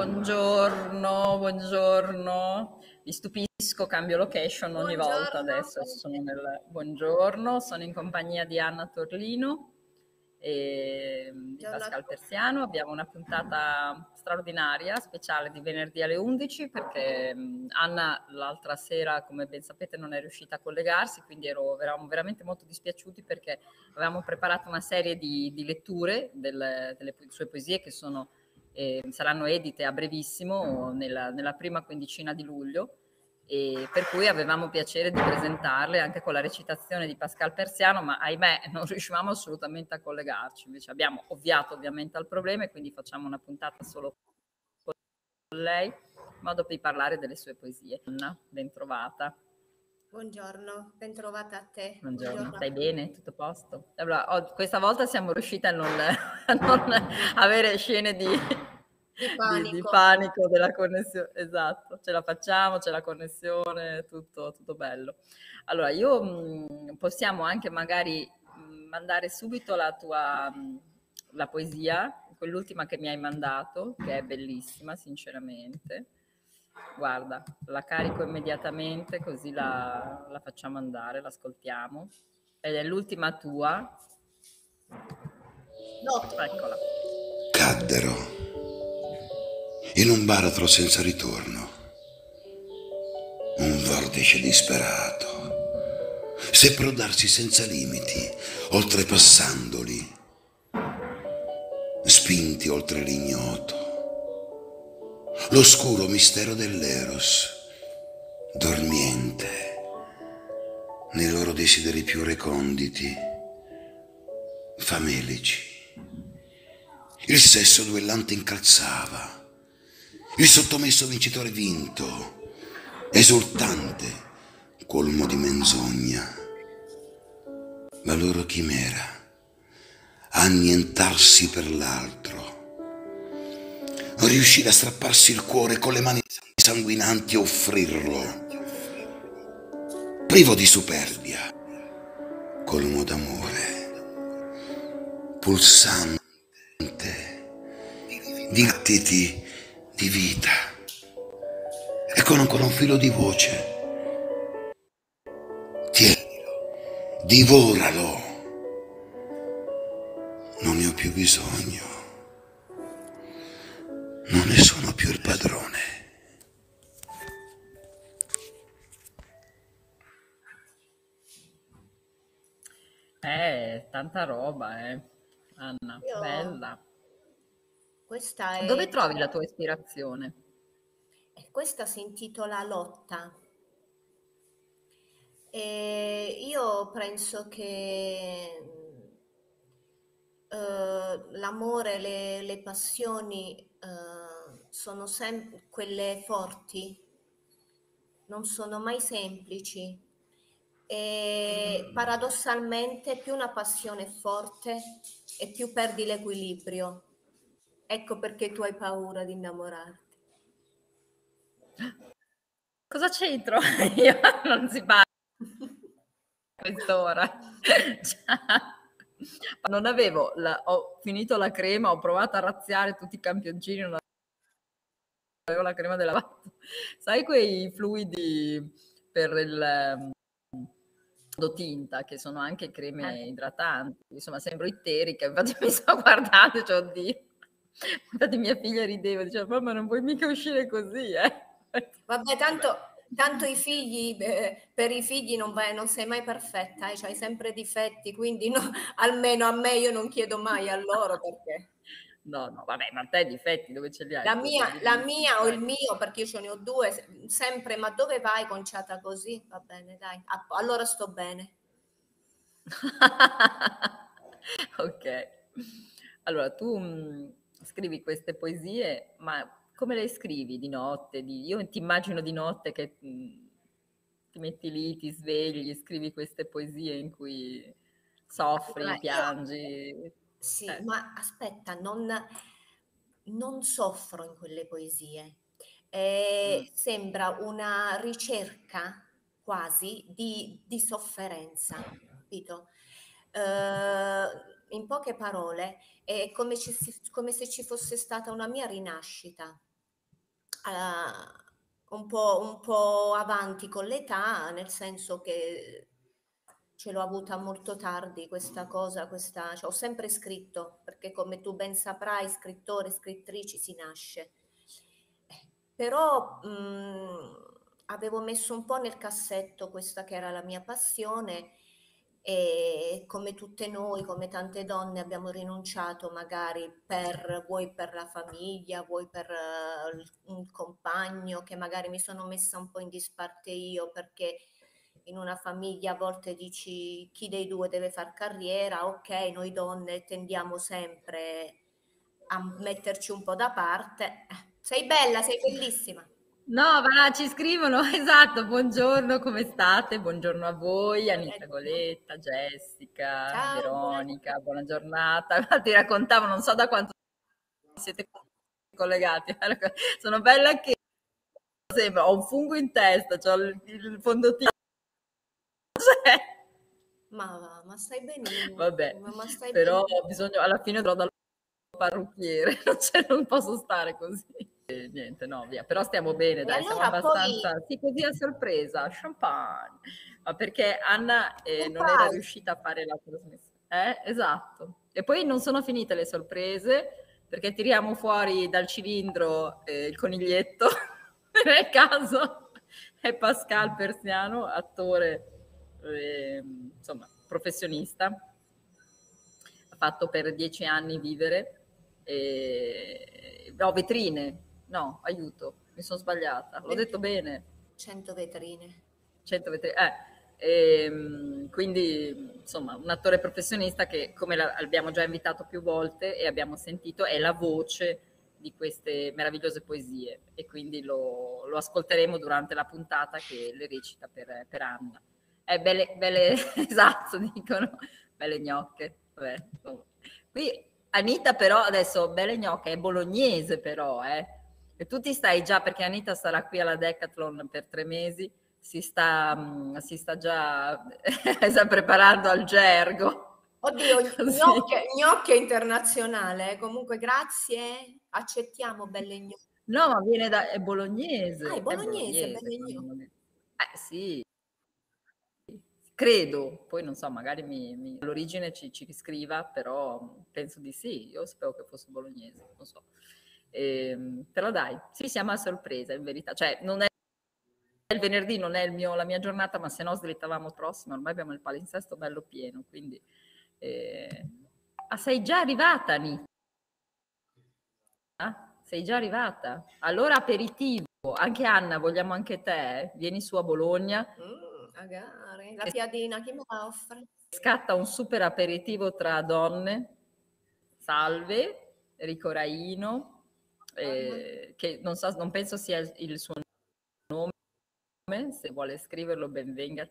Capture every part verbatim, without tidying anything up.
Buongiorno, buongiorno. Vi stupisco, cambio location ogni volta Buongiorno. adesso. Sono nel... Buongiorno, sono in compagnia di Anna Torlino e di Buongiorno a Pascal tutti. Persiano. Abbiamo una puntata straordinaria, speciale di venerdì alle undici, perché mh, Anna l'altra sera, come ben sapete, non è riuscita a collegarsi, quindi ero, eravamo veramente molto dispiaciuti perché avevamo preparato una serie di, di letture del- delle po- sue poesie che sono eh, saranno edite a brevissimo nella, nella prima quindicina di luglio, e per cui avevamo piacere di presentarle anche con la recitazione di Pascal Persiano, ma ahimè non riuscivamo assolutamente a collegarci. Invece abbiamo ovviato ovviamente al problema e quindi facciamo una puntata solo con lei, in modo di parlare delle sue poesie. Anna, ben trovata. Buongiorno, ben trovata a te. Buongiorno, Buongiorno a stai tutti. bene? Tutto a posto? Allora, oh, questa volta siamo riuscite a non, a non avere scene di, Di di, di panico. panico della connessione. Esatto, ce la facciamo, c'è la connessione, tutto, tutto bello. Allora, io mh, possiamo anche magari mh, mandare subito la tua mh, la poesia, quell'ultima che mi hai mandato, che è bellissima, sinceramente. Guarda, la carico immediatamente così la, la facciamo andare, l'ascoltiamo. Ed è l'ultima tua. Notte. Eccola. Caddero in un baratro senza ritorno, un vortice disperato seppero darsi senza limiti, oltrepassandoli, spinti oltre l'ignoto, l'oscuro mistero dell'Eros, dormiente nei loro desideri più reconditi, famelici. Il sesso duellante incalzava, il sottomesso vincitore vinto, esultante, colmo di menzogna. La loro chimera, annientarsi per l'altro, riuscire a strapparsi il cuore con le mani sanguinanti e offrirlo, privo di superbia, colmo d'amore, pulsante, di attiti di vita, e con ancora un filo di voce. Tienilo, divoralo, non ne ho più bisogno, non ne sono più il padrone. Eh, tanta roba, eh. Anna, Io, bella. questa Dove è, trovi la tua ispirazione? questa si intitola Lotta. E io penso che eh, l'amore, le, le passioni eh, sono sempre quelle forti, non sono mai semplici. E paradossalmente più una passione è forte e più perdi l'equilibrio. Ecco perché tu hai paura di innamorarti. Cosa c'entro? Io non si parla a quest'ora. Cioè, non avevo, la- ho finito la crema, ho provato a razziare tutti i campioncini, non avevo la crema della lavata. Sai quei fluidi per il ehm, tinta, che sono anche creme Eh. idratanti, insomma sembro itterica, infatti mi sto guardando, cioè, oddio. Infatti mia figlia rideva, diceva, mamma non vuoi mica uscire così, eh? Vabbè, Vabbè. tanto, tanto i figli, eh, per i figli non, vai, non sei mai perfetta, eh, c'hai sempre difetti, quindi no, almeno a me io non chiedo mai a loro perché No, no, vabbè, ma te difetti dove ce li hai? la Tu mia, sei la bellissima, mia o il dai. mio, perché io ce ne ho due, se- sempre, ma dove vai conciata così? Va bene, dai, a- allora sto bene. Ok. Allora, tu mh, scrivi queste poesie, ma come le scrivi di notte? Di- Io ti immagino di notte che mh, ti metti lì, ti svegli, scrivi queste poesie in cui soffri, Allora, io piangi. sì, Eh, ma aspetta, non, non soffro in quelle poesie. Eh, mm, sembra una ricerca quasi di, di sofferenza, capito? Eh, in poche parole, è come, ci si- come se ci fosse stata una mia rinascita. uh, un, po', un po' avanti con l'età, nel senso che ce l'ho avuta molto tardi questa cosa, questa, cioè, ho sempre scritto, perché come tu ben saprai, scrittore, scrittrici si nasce. Però mh, avevo messo un po' nel cassetto questa che era la mia passione e come tutte noi, come tante donne abbiamo rinunciato magari per, vuoi per la famiglia, vuoi per uh, un compagno, che magari mi sono messa un po' in disparte io perché in una famiglia a volte dici chi dei due deve far carriera, ok, noi donne tendiamo sempre a metterci un po' da parte. Sei bella, sei bellissima. No, va, ci scrivono, esatto, buongiorno, come state? Buongiorno a voi, Anita Goletta, Jessica, Ciao, Veronica, buona giornata. Ti raccontavo, non so da quanto siete collegati, sono bella anche sembra, ho un fungo in testa, ho il, il fondotinta. Ma va, ma stai benissimo. Vabbè, ma stai però benissimo. ho bisogno, alla fine andrò dal parrucchiere, non, cioè, non posso stare così. E niente, no, via. Però stiamo bene, dai, allora siamo abbastanza... poi... Sì, così a sorpresa, champagne. Ma perché Anna eh, non era riuscita a fare la trasmissione. Eh, esatto. E poi non sono finite le sorprese, perché tiriamo fuori dal cilindro eh, il coniglietto, nel caso è Pascal Persiano, attore, eh, insomma, professionista. Ha fatto per dieci anni Vivere. E... No, vetrine. No, aiuto, mi sono sbagliata. L'ho detto bene. cento vetrine. cento vetrine. Eh. E, quindi insomma un attore professionista che come l'abbiamo già invitato più volte e abbiamo sentito è la voce di queste meravigliose poesie e quindi lo, lo ascolteremo durante la puntata che le recita per, per Anna. Eh, belle, belle esatto, dicono, belle gnocche. Vabbè, qui Anita però adesso belle gnocche è bolognese però, eh. E tu ti stai già, perché Anita sarà qui alla Decathlon per tre mesi, si sta, si sta già sta preparando al gergo. Oddio, gnocche, gnocche internazionale, comunque grazie, accettiamo belle gnocche. No, ma viene da, è bolognese. Ah, è bolognese, è bolognese. belle gnocche. Eh sì, credo, poi non so, magari mi, mi, all'origine ci, ci riscriva, però penso di sì, io sapevo che fosse bolognese, non so. Eh, però dai, sì, siamo a sorpresa in verità, cioè non è il venerdì, non è il mio, la mia giornata, ma se no slittavamo prossima, ormai abbiamo il palinsesto bello pieno, quindi... Eh... Ah, sei già arrivata, Anita? Ah, sei già arrivata? Allora aperitivo, anche Anna, vogliamo anche te? Vieni su a Bologna. Mm, magari, la piadina chi me la offre? Scatta un super aperitivo tra donne, Salve, Rico Raino, eh, che non, so, non penso sia il suo nome, se vuole scriverlo ben venga,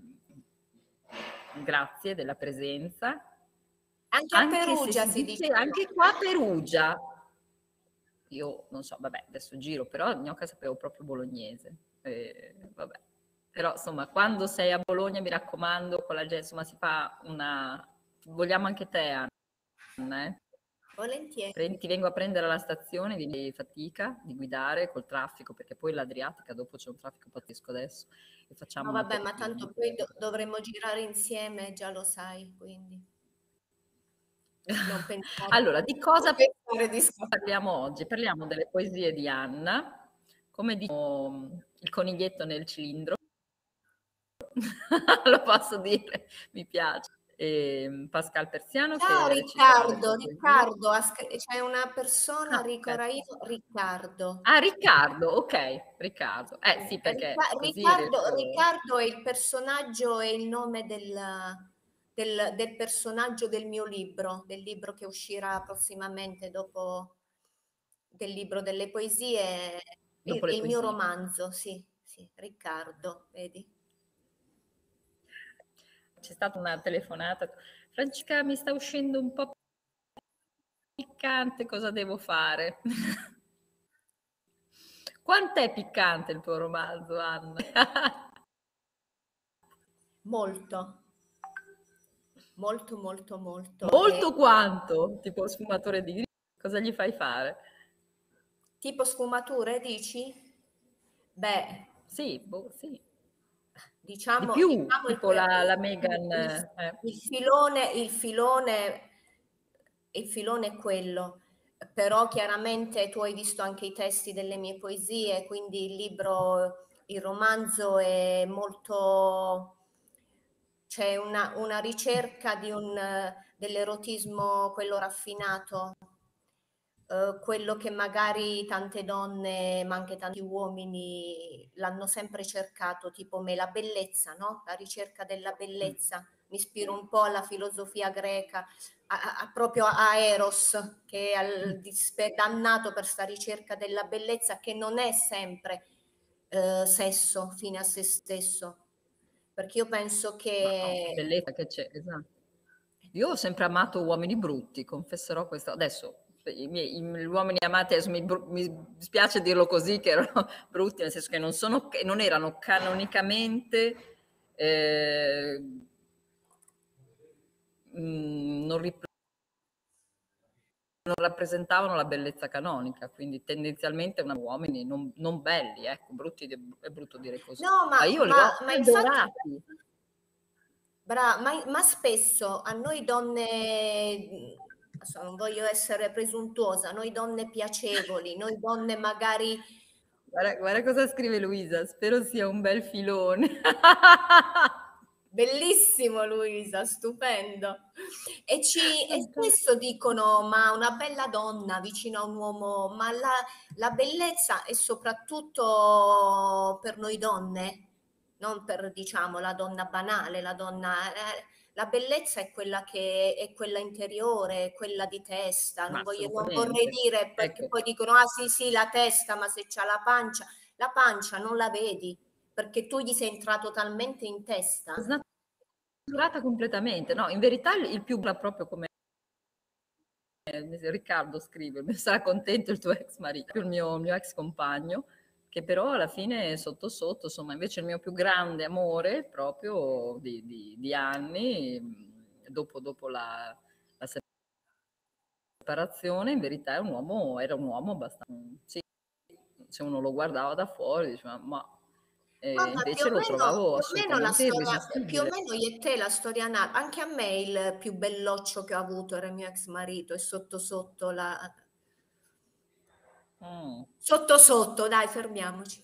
grazie della presenza. Anche a anche Perugia si, si dice, dice. Anche qua a Perugia. Io non so, vabbè, adesso giro, però gnocca sapevo proprio bolognese. Eh, vabbè. Però insomma, quando sei a Bologna, mi raccomando, con la gente, insomma, si fa una... Vogliamo anche te, Anna, eh? Volentieri. Ti vengo a prendere alla stazione, di fatica di guidare col traffico, perché poi l'Adriatica dopo c'è un traffico pazzesco adesso. E facciamo no, vabbè, ma tanto poi do- dovremmo girare insieme, già lo sai, quindi... Non allora, di cosa di parliamo oggi? Parliamo delle poesie di Anna, come dico il coniglietto nel cilindro, lo posso dire, mi piace. E Pascal Persiano. Ciao che Riccardo, Riccardo, c'è una persona, ah, Rico Raino, Riccardo. Ah, Riccardo, ok, Riccardo. Eh sì, perché Riccardo, riesco... Riccardo è il personaggio, è il nome del, del, del personaggio del mio libro, del libro che uscirà prossimamente dopo, del libro delle poesie, il, il poesie. Mio romanzo, sì, sì, Riccardo, vedi? C'è stata una telefonata, Francesca mi sta uscendo un po' piccante, cosa devo fare? Quant'è piccante il tuo romanzo, Anna? Molto. Molto, molto, molto. Molto e... quanto? Tipo sfumatore di grigio? Cosa gli fai fare? Tipo sfumature, dici? Beh, Sì, boh, sì. Di diciamo, più, diciamo il, tipo la, la il- Meghan. il- eh. il filone, il filone, il filone è quello, però chiaramente tu hai visto anche i testi delle mie poesie, quindi il libro, il romanzo è molto, c'è una, una ricerca di un, dell'erotismo, quello raffinato, eh, quello che magari tante donne, ma anche tanti uomini l'hanno sempre cercato, tipo me, la bellezza, no? La ricerca della bellezza. Mi ispiro un po' alla filosofia greca, a, a, proprio a Eros, che è al, dannato per sta ricerca della bellezza, che non è sempre eh, sesso fine a se stesso. Perché io penso No, che... bellezza che c'è, esatto. Io ho sempre amato uomini brutti, confesserò questo. Adesso i miei, i, gli uomini amati, adesso mi, mi spiace dirlo così, che erano brutti, nel senso che non, sono, non erano canonicamente, eh, mh, non, rip- non rappresentavano la bellezza canonica, quindi tendenzialmente erano uomini non, non belli, ecco, brutti è brutto dire così. No, ma, Ma io li ma, ho ma infatti... adorati. Bra- ma, ma spesso a noi donne, adesso non voglio essere presuntuosa, noi donne piacevoli, noi donne magari Guarda, guarda cosa scrive Luisa, spero sia un bel filone. bellissimo Luisa, stupendo. E, ci, e spesso dicono, ma una bella donna vicino a un uomo, ma la, la bellezza è soprattutto per noi donne, non per, diciamo, la donna banale, la donna... eh, la bellezza è quella che è quella interiore, è quella di testa. Ma Non, voglio, non vorrei assolutamente. dire perché Ecco, poi dicono: ah sì, sì, la testa, ma se c'ha la pancia, la pancia non la vedi perché tu gli sei entrato talmente in testa. snaturata completamente. No, in verità il, il più proprio come Riccardo scrive, sarà contento il tuo ex marito, il mio, il mio ex compagno, che però alla fine sotto sotto, insomma, invece il mio più grande amore proprio di, di, di anni, dopo, dopo la, la separazione, in verità è un uomo, era un uomo abbastanza, sì, se uno lo guardava da fuori diceva, ma eh, Guarda, più o invece lo meno, trovavo più o meno la assolutamente storia, più o irresistibile. meno io e te la storia nata. Anche a me il più belloccio che ho avuto era il mio ex marito e sotto sotto la... Mm. Sotto sotto, dai, fermiamoci.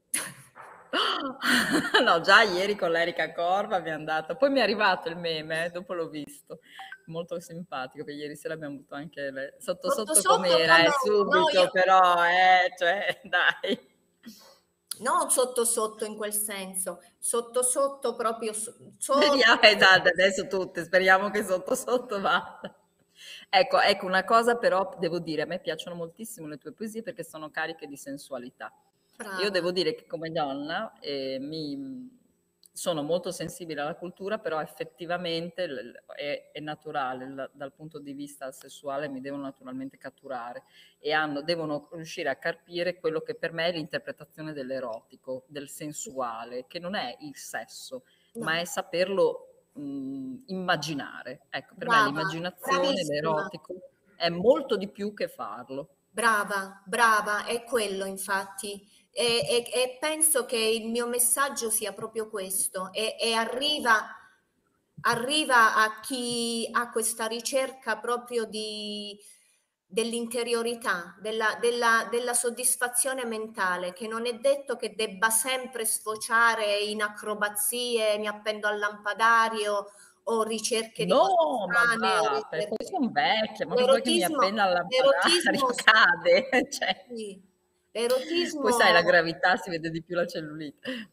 No, già ieri con l'Erica Corva mi è andata, poi mi è arrivato il meme, eh, dopo l'ho visto, molto simpatico, perché ieri sera abbiamo avuto anche le... sotto Sotto sotto sotto com'era, come... eh, No, subito, io... però, eh, cioè, dai. Non sotto sotto in quel senso, sotto sotto proprio so- Speriamo, sotto. esatto, adesso tutte, speriamo che sotto sotto vada. Ecco, ecco, una cosa però devo dire, a me piacciono moltissimo le tue poesie perché sono cariche di sensualità. Io Brava, devo dire che come donna eh, mi, sono molto sensibile alla cultura, però effettivamente l- è, è naturale, l- dal punto di vista sessuale mi devono naturalmente catturare e hanno, devono riuscire a carpire quello che per me è l'interpretazione dell'erotico, del sensuale, che non è il sesso, ma è no, saperlo mh, immaginare. Ecco, per me brava, l'immaginazione, bravissima. l'erotico, è molto di più che farlo. Brava, brava, è quello infatti. E, e- e penso che il mio messaggio sia proprio questo e, e arriva, arriva a chi ha questa ricerca proprio di, dell'interiorità, della, della, della soddisfazione mentale, che non è detto che debba sempre sfociare in acrobazie, mi appendo al lampadario o ricerche di cose No, ma strane. O va, per poi ricerche... son vecchia, ma che vuoi che mi L'erotismo, appenda al l'erotismo, lampadario? Cade, cioè. sì, Poi sai, la l'erotismo, gravità si vede di più la cellulite.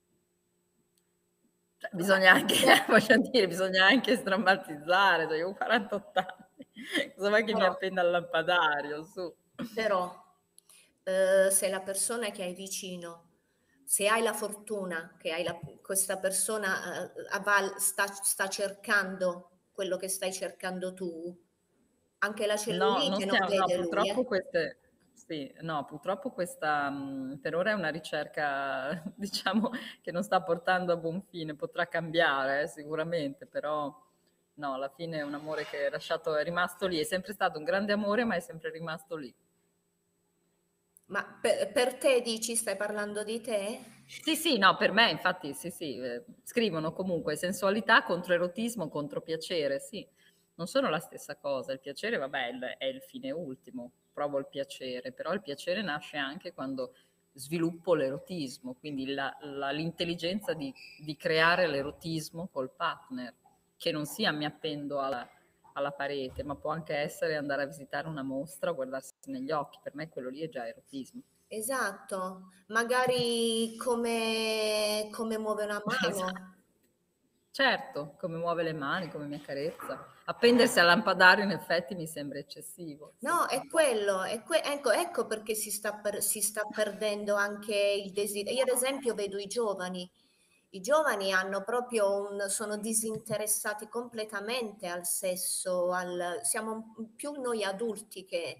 Cioè, bisogna anche, beh, voglio dire, bisogna anche strammatizzare, cioè io ho quarantotto anni, cosa vuoi che mi però, appenda al lampadario, su. però eh, se la persona che hai vicino, se hai la fortuna che hai la- questa persona eh, aval- sta, sta cercando quello che stai cercando tu, anche la No, non cellulite non stiamo, no, vede lui, purtroppo eh? queste, sì, no, purtroppo questa mh, per ora è una ricerca, diciamo, che non sta portando a buon fine, potrà cambiare eh, sicuramente, però no, alla fine è un amore che è lasciato, è rimasto lì, è sempre stato un grande amore, ma è sempre rimasto lì. Ma per, per te dici, stai parlando di te? Sì, sì, no, per me infatti sì, sì, eh, scrivono comunque sensualità contro erotismo, contro piacere, sì, non sono la stessa cosa. Il piacere, vabbè, è il, è il fine ultimo, provo il piacere, però il piacere nasce anche quando sviluppo l'erotismo, quindi la- la- l'intelligenza di, di creare l'erotismo col partner, che non sia mi appendo alla, alla parete, ma può anche essere andare a visitare una mostra o guardarsi negli occhi, per me quello lì è già erotismo. Esatto, magari come, come muove una Esatto. mano. Certo, come muove le mani, come mi accarezza. Appendersi al lampadario in effetti mi sembra eccessivo, sì. No, è quello, è que- ecco, ecco perché si sta, per- si sta perdendo anche il desiderio. Io ad esempio vedo i giovani, i giovani hanno proprio un, sono disinteressati completamente al sesso, al, siamo più noi adulti che,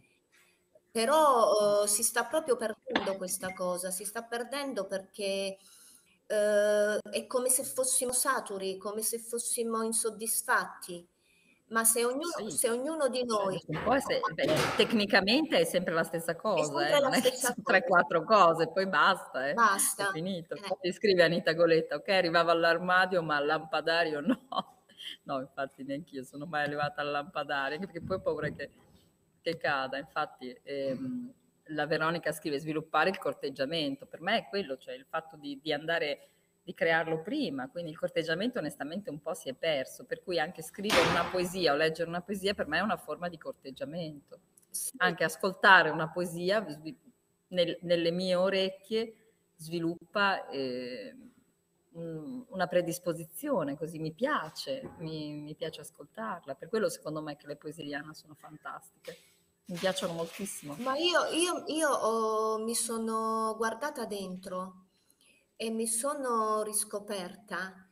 però eh, si sta proprio perdendo questa cosa, si sta perdendo perché eh, è come se fossimo saturi, come se fossimo insoddisfatti. Ma se ognuno, Sì, se ognuno di beh, noi dopo un po' è se- beh, tecnicamente è sempre la stessa è cosa, eh, sempre la non è che stessa sono cosa, tre quattro cose, poi basta, eh, è basta. finito. Eh, Poi scrive Anita Goletta, ok, arrivavo all'armadio, ma al lampadario no. No, infatti neanche io sono mai arrivata al lampadario, anche perché poi ho paura che, che cada. Infatti ehm, la Veronica scrive sviluppare il corteggiamento, per me è quello, cioè il fatto di, di andare di crearlo prima, quindi il corteggiamento onestamente un po' si è perso, per cui anche scrivere una poesia o leggere una poesia per me è una forma di corteggiamento. sì, Anche ascoltare una poesia nel, nelle mie orecchie sviluppa eh, un, una predisposizione, così mi piace, mi, mi piace ascoltarla. Per quello secondo me che le poesie di Anna sono fantastiche, mi piacciono moltissimo. ma io, io, io ho- mi sono guardata dentro e mi sono riscoperta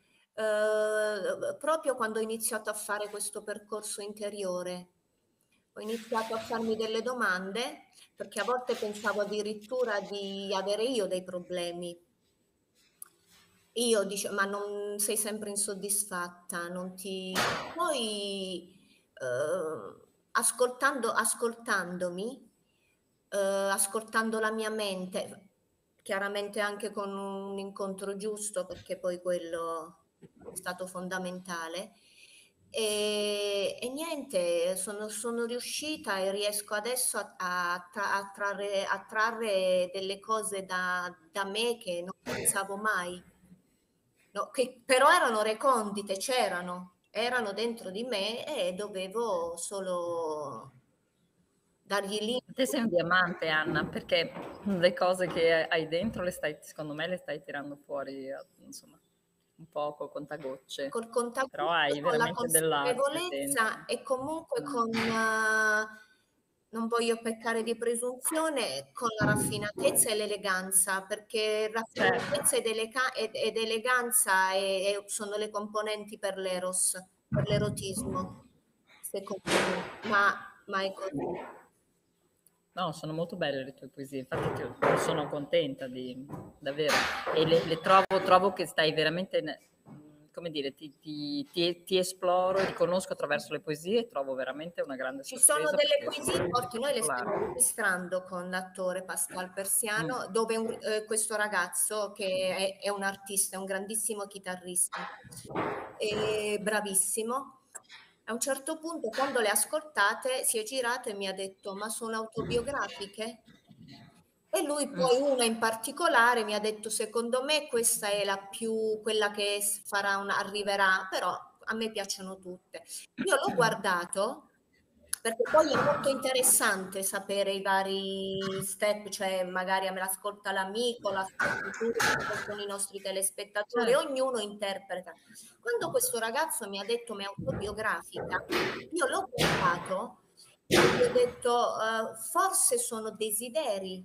eh, proprio quando ho iniziato a fare questo percorso interiore. Ho iniziato a farmi delle domande perché a volte pensavo addirittura di avere io dei problemi. Io dice, ma non sei sempre insoddisfatta, non ti... Poi, eh, ascoltando, ascoltandomi, eh, ascoltando la mia mente, chiaramente anche con un incontro giusto, perché poi quello è stato fondamentale. E, e niente, sono, sono riuscita e riesco adesso a, a tra- a trarre, a trarre delle cose da, da me che non pensavo mai. No, che però erano recondite, c'erano, erano dentro di me e dovevo solo dargli Te l'input sei un diamante, Anna, perché le cose che hai dentro le stai, secondo me, le stai tirando fuori, eh, insomma, un po' col contagocce. col Però contagocce, hai con la veramente dell'arte consapevolezza dentro. e comunque Mm. con, eh, non voglio peccare di presunzione, con la raffinatezza e l'eleganza, perché Certo. raffinatezza ed, eleca- ed- ed eleganza e- e sono le componenti per l'eros, per l'erotismo, secondo me, ma, ma è così. No, sono molto belle le tue poesie, infatti ti- sono contenta di davvero. E le, le trovo, trovo che stai veramente, ne- come dire, ti, ti- ti- ti esploro, ti conosco attraverso le poesie e trovo veramente una grande Ci sono sorpresa delle perché sono poesie forti, noi le stiamo particolari. registrando con l'attore Pascal Mm. Persiano, dove un- eh, questo ragazzo che è, è un artista, è un grandissimo chitarrista, e bravissimo. A un certo punto, quando le ascoltate, si è girato e mi ha detto: Ma sono autobiografiche? E lui Mm. poi una in particolare mi ha detto: Secondo me questa è la più, quella che s- farà una, arriverà, però a me piacciono tutte. Io l'ho guardato perché poi è molto interessante sapere i vari step, cioè magari me l'ascolta l'amico, l'ascolti tu, l'ascoltano i nostri telespettatori, Certo. ognuno interpreta. Quando questo ragazzo mi ha detto mi è autobiografica, io l'ho guardato e gli ho detto eh, forse sono desideri,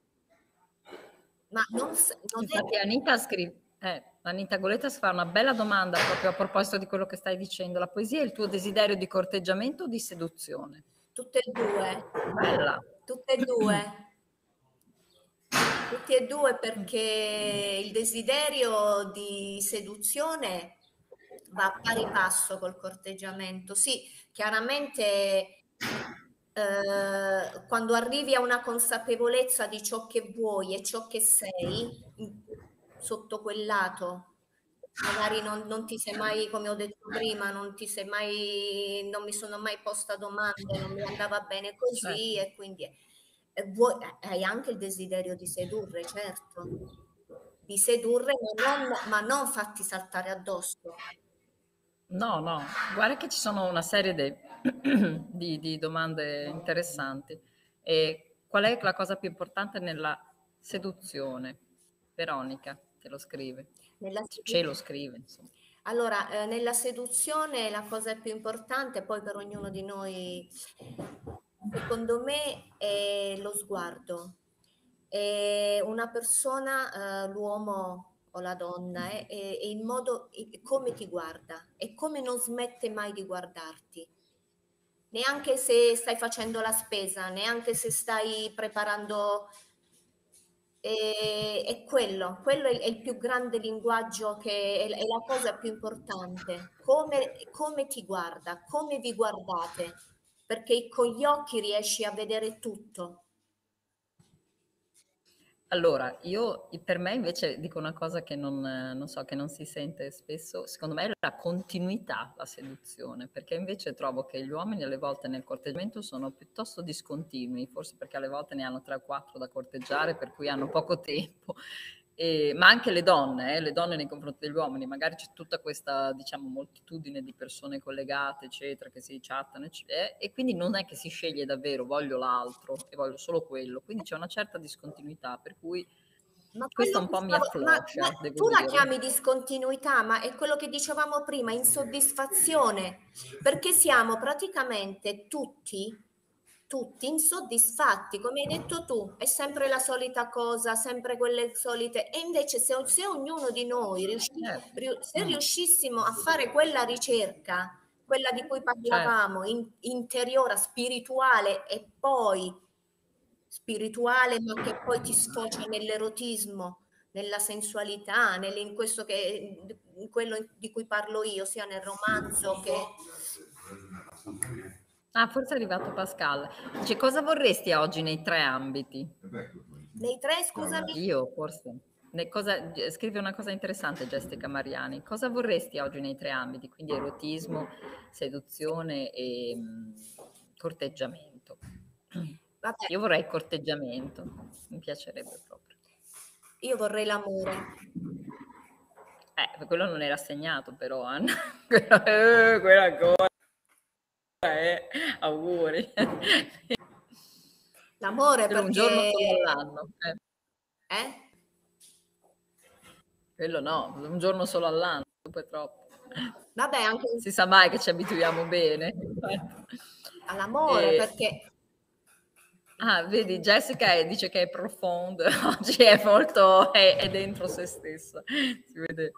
ma non, s- non è... Infatti Anita scrive, eh, Anita Goletas fa una bella domanda proprio a proposito di quello che stai dicendo. La poesia è il tuo desiderio di corteggiamento o di seduzione? Tutte e due, Bella. tutte e due. Tutti e due perché il desiderio di seduzione va a pari passo col corteggiamento. Sì, chiaramente eh, quando arrivi a una consapevolezza di ciò che vuoi e ciò che sei, in- sotto quel lato, magari non, non ti sei mai, come ho detto prima, non ti sei mai, non mi sono mai posta domande, non mi andava bene così Certo. e quindi e vuoi, hai anche il desiderio di sedurre, certo, di sedurre, ma non, ma non farti saltare addosso. No, no, guarda che ci sono una serie de- di, di domande interessanti. E qual è la cosa più importante nella seduzione? Veronica te lo scrive, Nella ce lo seduzione. scrive, insomma. Allora, eh, nella seduzione la cosa più importante, poi per ognuno di noi, secondo me, è lo sguardo. E una persona, eh, l'uomo o la donna, è, è- è il modo, è come ti guarda e come non smette mai di guardarti. Neanche se stai facendo la spesa, neanche se stai preparando. E, è quello, quello è, è il più grande linguaggio, che è, è la cosa più importante. Come, come ti guarda, come vi guardate, perché con gli occhi riesci a vedere tutto. Allora, io per me invece dico una cosa che non, eh, non so, che non si sente spesso, secondo me è la continuità, la seduzione, perché invece trovo che gli uomini alle volte nel corteggiamento sono piuttosto discontinui, forse perché alle volte ne hanno tre o quattro da corteggiare, per cui hanno poco tempo. E- ma anche le donne, eh, le donne nei confronti degli uomini, magari c'è tutta questa, diciamo, moltitudine di persone collegate, eccetera, che si chattano, eccetera, e e quindi non è che si sceglie davvero, voglio l'altro e voglio solo quello, quindi c'è una certa discontinuità, per cui Ma questo quello un che po' mi stavo, ma, affloscia, ma devo tu la dire. chiami discontinuità, ma è quello che dicevamo prima, insoddisfazione, perché siamo praticamente tutti, tutti insoddisfatti, come hai detto tu, è sempre la solita cosa, sempre quelle solite, e invece se, se ognuno di noi riusci- Certo, riu- se mm, riuscissimo a fare quella ricerca, quella di cui certo. parlavamo, in- interiore, spirituale e poi spirituale, ma che poi ti sfocia nell'erotismo, nella sensualità, nel- in questo che, in quello di cui parlo io, sia nel romanzo che. Ah, forse è arrivato Pascal. Dice, cosa vorresti oggi nei tre ambiti? Nei tre, scusami. Io forse. Ne cosa- scrive una cosa interessante Jessica Mariani. Cosa vorresti oggi nei tre ambiti? Quindi erotismo, seduzione e mh, corteggiamento. Vabbè, Io vorrei corteggiamento, mi piacerebbe proprio. io vorrei l'amore. Eh, quello non era assegnato però, Anna. Quella, eh, quella cosa è... Auguri. L'amore Quello un giorno perché. solo all'anno. Eh. Eh? Quello no, un giorno solo all'anno, dopo è troppo. Vabbè, anche Si sa mai che ci abituiamo bene. all'amore E- perché. ah, vedi, Jessica è- dice che è profonda, oggi è molto, è, è dentro se stessa. Si vede.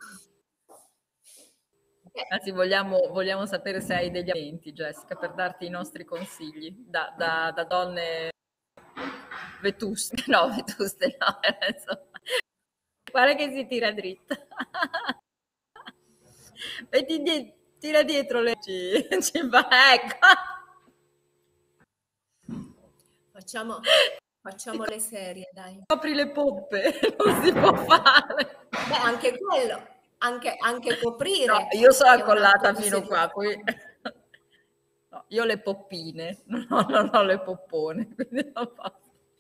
Anzi, vogliamo, vogliamo sapere se hai degli aumenti, Jessica, per darti i nostri consigli da, da- da donne vetuste. No, vetuste no, insomma. Guarda che si tira dritta. Metti die- tira dietro le ci, ci va, ecco. Facciamo, facciamo le serie, dai. Copri le poppe, non si può fare. Beh, anche quello, anche, anche No, coprire io sono è un atto accollata di fino qua, qui. seduzione. No, io ho le poppine, no, non ho le poppone, quindi non posso.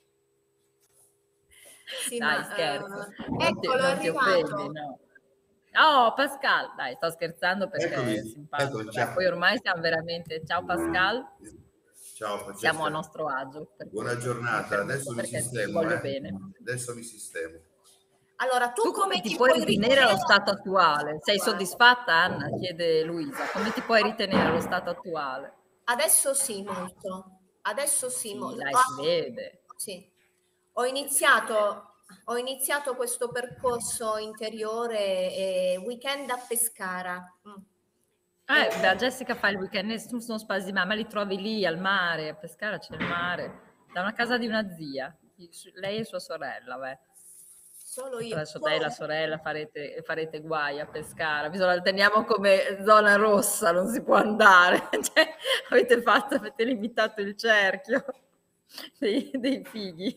Sì, Dai, ma scherzo, eh, non ti, eccolo, è non ti offendi, arrivato. no. Oh, Pascal, dai, sto scherzando perché è Eccomi, eccomi, simpatico. Dai, ciao. poi ormai siamo veramente... Ciao Pascal, Ciao siamo a Francesca, nostro agio, per buona cui mi giornata. permetto Adesso mi perché ti sistemo, voglio eh? bene. Adesso mi sistemo. Allora, tu Tu come come ti ti puoi puoi ritenere ritenere allo stato attuale? Sei attuale? soddisfatta, Anna? Chiede Luisa. Come ti puoi ritenere allo stato attuale? Adesso sì, molto. Adesso sì, Sì, molto. dai, si Ah, vede. sì. Ho iniziato, ho iniziato questo percorso interiore eh, weekend a Pescara. Mm. Eh, Eh, beh, Jessica fa il weekend, nessuno sono spasimati, ma li trovi lì al mare, a Pescara c'è il mare, da una casa di una zia, lei e sua sorella, beh. Solo io. Adesso te e la sorella farete, farete guai a Pescara, bisogna la teniamo come zona rossa, non si può andare. Cioè, avete fatto, avete limitato il cerchio dei, dei figli.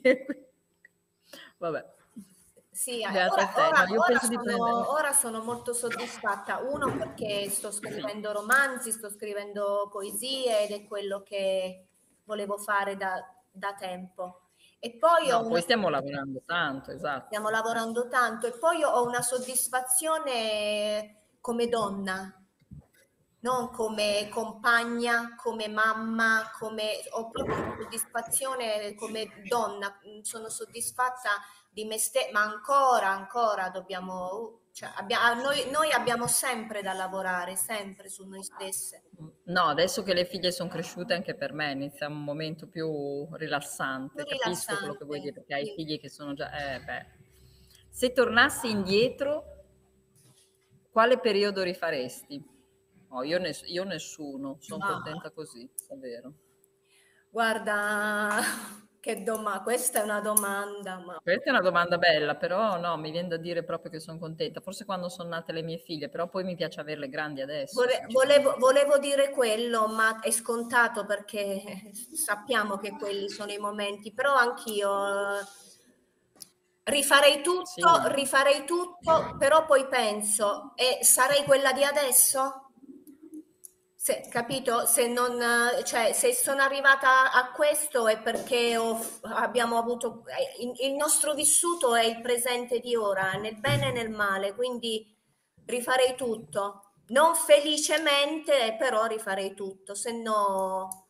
Vabbè. Sì, eh, Beata ora, te. ora- No, io ora penso di prendere. sono, ora sono molto soddisfatta. Uno, perché sto scrivendo romanzi, sto scrivendo poesie ed è quello che volevo fare da, da tempo. E poi ho No, una- poi stiamo lavorando tanto, esatto. stiamo lavorando tanto, e poi ho una soddisfazione come donna, non come compagna, come mamma, come ho proprio una soddisfazione come donna. Mm, sono soddisfatta di me stessa, ma ancora, ancora dobbiamo, cioè, abbia- noi, noi abbiamo sempre da lavorare, sempre su noi stesse. No, adesso che le figlie sono cresciute anche per me inizia un momento più rilassante. Più Capisco quello che vuoi rilassante, dire, perché hai sì. figli che sono già... Eh, beh. Se tornassi indietro, quale periodo rifaresti? Oh, io, ness- io nessuno, sono Ah. contenta così, è vero. Guarda, che domanda, questa è una domanda, ma Questa è una domanda bella, però no, mi viene da dire proprio che sono contenta. Forse quando sono nate le mie figlie, però poi mi piace averle grandi adesso. Vole- sinceramente. volevo, volevo dire quello, ma è scontato perché sappiamo che quelli sono i momenti, però anch'io eh, rifarei tutto, Sì. rifarei tutto, però poi penso, e sarei quella di adesso? Se, capito? Se non, eh, cioè, se sono arrivata a questo è perché ho- abbiamo avuto, eh, il, il nostro vissuto è il presente di ora, nel bene e nel male, quindi rifarei tutto. Non felicemente, però rifarei tutto, se no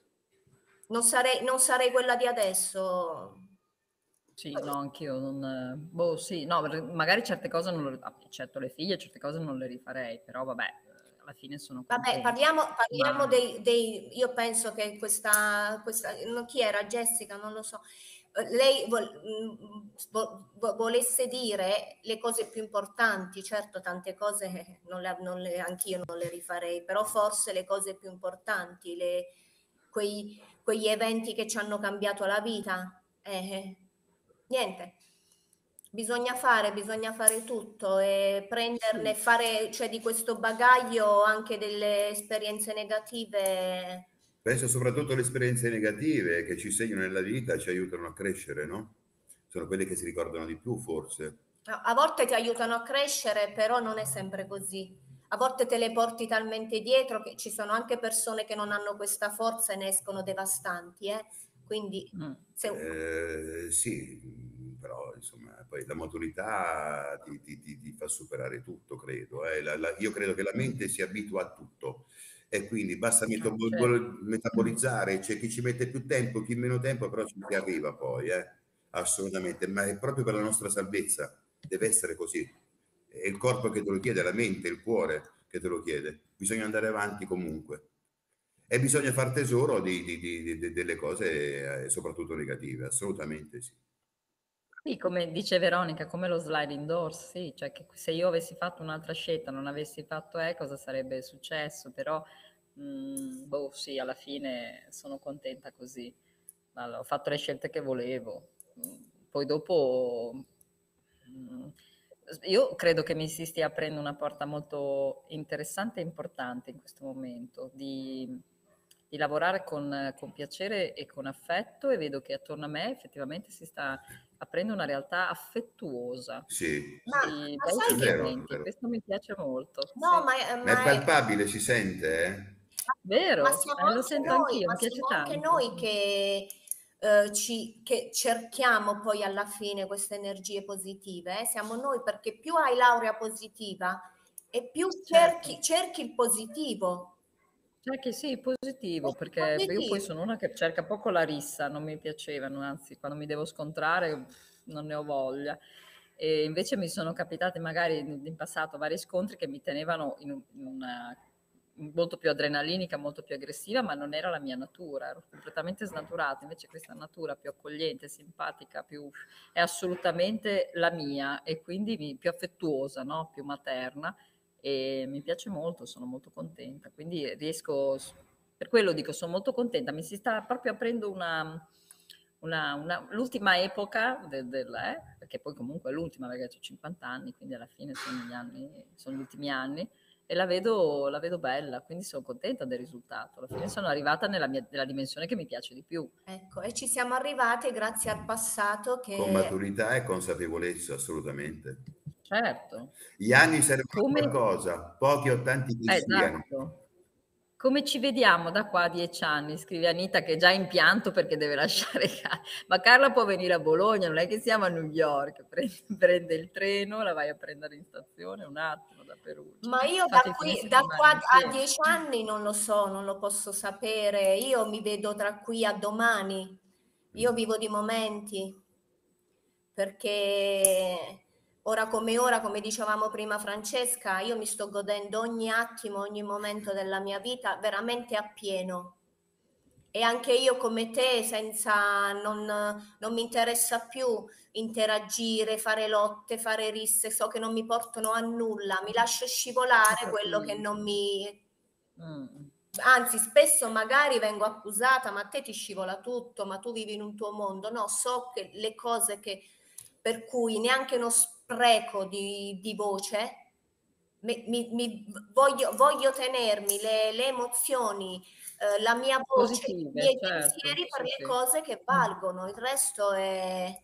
non sarei, non sarei quella di adesso. Sì, no, anch'io non... Boh, sì, no, per- magari certe cose non le... ah, eccetto le figlie, certe cose non le rifarei, però vabbè, eh, alla fine sono Vabbè, contenta. parliamo, parliamo Ma dei, dei- io penso che questa, questa, no, chi era? Jessica, non lo so. Eh, Lei vol- mh, vo- vo- volesse dire le cose più importanti, certo tante cose eh, non le, non le- anch'io non le rifarei, però forse le cose più importanti, le- quei- quegli eventi che ci hanno cambiato la vita, eh, eh, niente. Bisogna fare, bisogna fare tutto e prenderne, sì, fare, cioè di questo bagaglio anche delle esperienze negative. Penso soprattutto alle esperienze negative che ci segnano nella vita, ci aiutano a crescere, no? Sono quelle che si ricordano di più, forse. A a volte ti aiutano a crescere, però non è sempre così. A volte te le porti talmente dietro che ci sono anche persone che non hanno questa forza e ne escono devastanti, eh? Quindi mm, se, Eh, sì, però insomma, poi la maturità ti, ti- ti- ti fa superare tutto, credo. eh. La- la- io credo che la mente si abitua a tutto e quindi basta metabol- certo. metabolizzare, c'è chi ci mette più tempo, chi meno tempo, però ci si arriva poi, eh. Assolutamente, ma è proprio per la nostra salvezza, deve essere così. È il corpo che te lo chiede, la mente, il cuore che te lo chiede. Bisogna andare avanti comunque. E bisogna far tesoro di, di- di- di- delle cose, eh, soprattutto negative, assolutamente sì. Sì, come dice Veronica, come lo sliding doors, sì, cioè che se io avessi fatto un'altra scelta, non avessi fatto E, cosa sarebbe successo? Però, mm, boh, sì, alla fine sono contenta così. Allora, ho fatto le scelte che volevo. Mm, Poi dopo, mm, io credo che mi si stia aprendo una porta molto interessante e importante in questo momento, di, di lavorare con, con piacere e con affetto, e vedo che attorno a me effettivamente si sta aprendo una realtà affettuosa, Sì, ma, di ma bei sai è che vero, è sentimenti, e vero. questo mi piace molto. no, Sì. ma, è- Ma è ma è- palpabile, si sente, eh? Ma Vero? siamo Eh, lo anche sento noi, anch'io, ma mi piace siamo anche tanto. noi che, eh, ci, che cerchiamo poi alla fine queste energie positive, eh? Siamo noi, perché più hai laurea positiva e più Certo. cerchi, cerchi il positivo. Cioè che sì, positivo, Cerchi il perché io poi positivo. sono una che cerca poco la rissa, non mi piacevano, anzi, quando mi devo scontrare pff, non ne ho voglia. E invece mi sono capitati magari in, in passato vari scontri che mi tenevano in, un- in una molto più adrenalinica, molto più aggressiva, ma non era la mia natura, ero completamente snaturata. Invece questa natura più accogliente, simpatica, più, è assolutamente la mia, e quindi mi- più affettuosa, no? Più materna, e mi piace molto, sono molto contenta, quindi riesco, per quello dico, sono molto contenta, mi si sta proprio aprendo una, una, una, l'ultima epoca del, del eh, perché poi comunque è l'ultima, perché ho cinquanta anni, quindi alla fine sono gli anni, sono gli ultimi anni, e la vedo, la vedo bella, quindi sono contenta del risultato. Alla fine sono arrivata nella, mia, nella dimensione che mi piace di più. Ecco, e ci siamo arrivate grazie al passato che... Con maturità e consapevolezza, assolutamente. Certo. Gli anni servono Come... a qualcosa, pochi o tanti che eh, siano. Esatto. Come ci vediamo da qua a dieci anni? Scrive Anita che è già in pianto perché deve lasciare casa. Ma Carla può venire a Bologna, non è che siamo a New York, prende, prende il treno, la vai a prendere in stazione un attimo da Perugia. Ma io da, qui, da qua a dieci anni non lo so, non lo posso sapere. Io mi vedo tra qui a domani. Io vivo di momenti, perché ora come ora, come dicevamo prima Francesca, io mi sto godendo ogni attimo, ogni momento della mia vita veramente appieno. E anche io come te, senza, non, non mi interessa più interagire, fare lotte, fare risse, so che non mi portano a nulla, mi lascio scivolare quello che non mi... Mm. Anzi, spesso magari vengo accusata, ma a te ti scivola tutto, ma tu vivi in un tuo mondo. No, so che le cose che... per cui neanche uno spreco di, di voce, mi, mi, mi voglio, voglio tenermi le, le emozioni, eh, la mia voce, positive, i miei certo, pensieri per sì, le sì. cose che valgono, il resto è...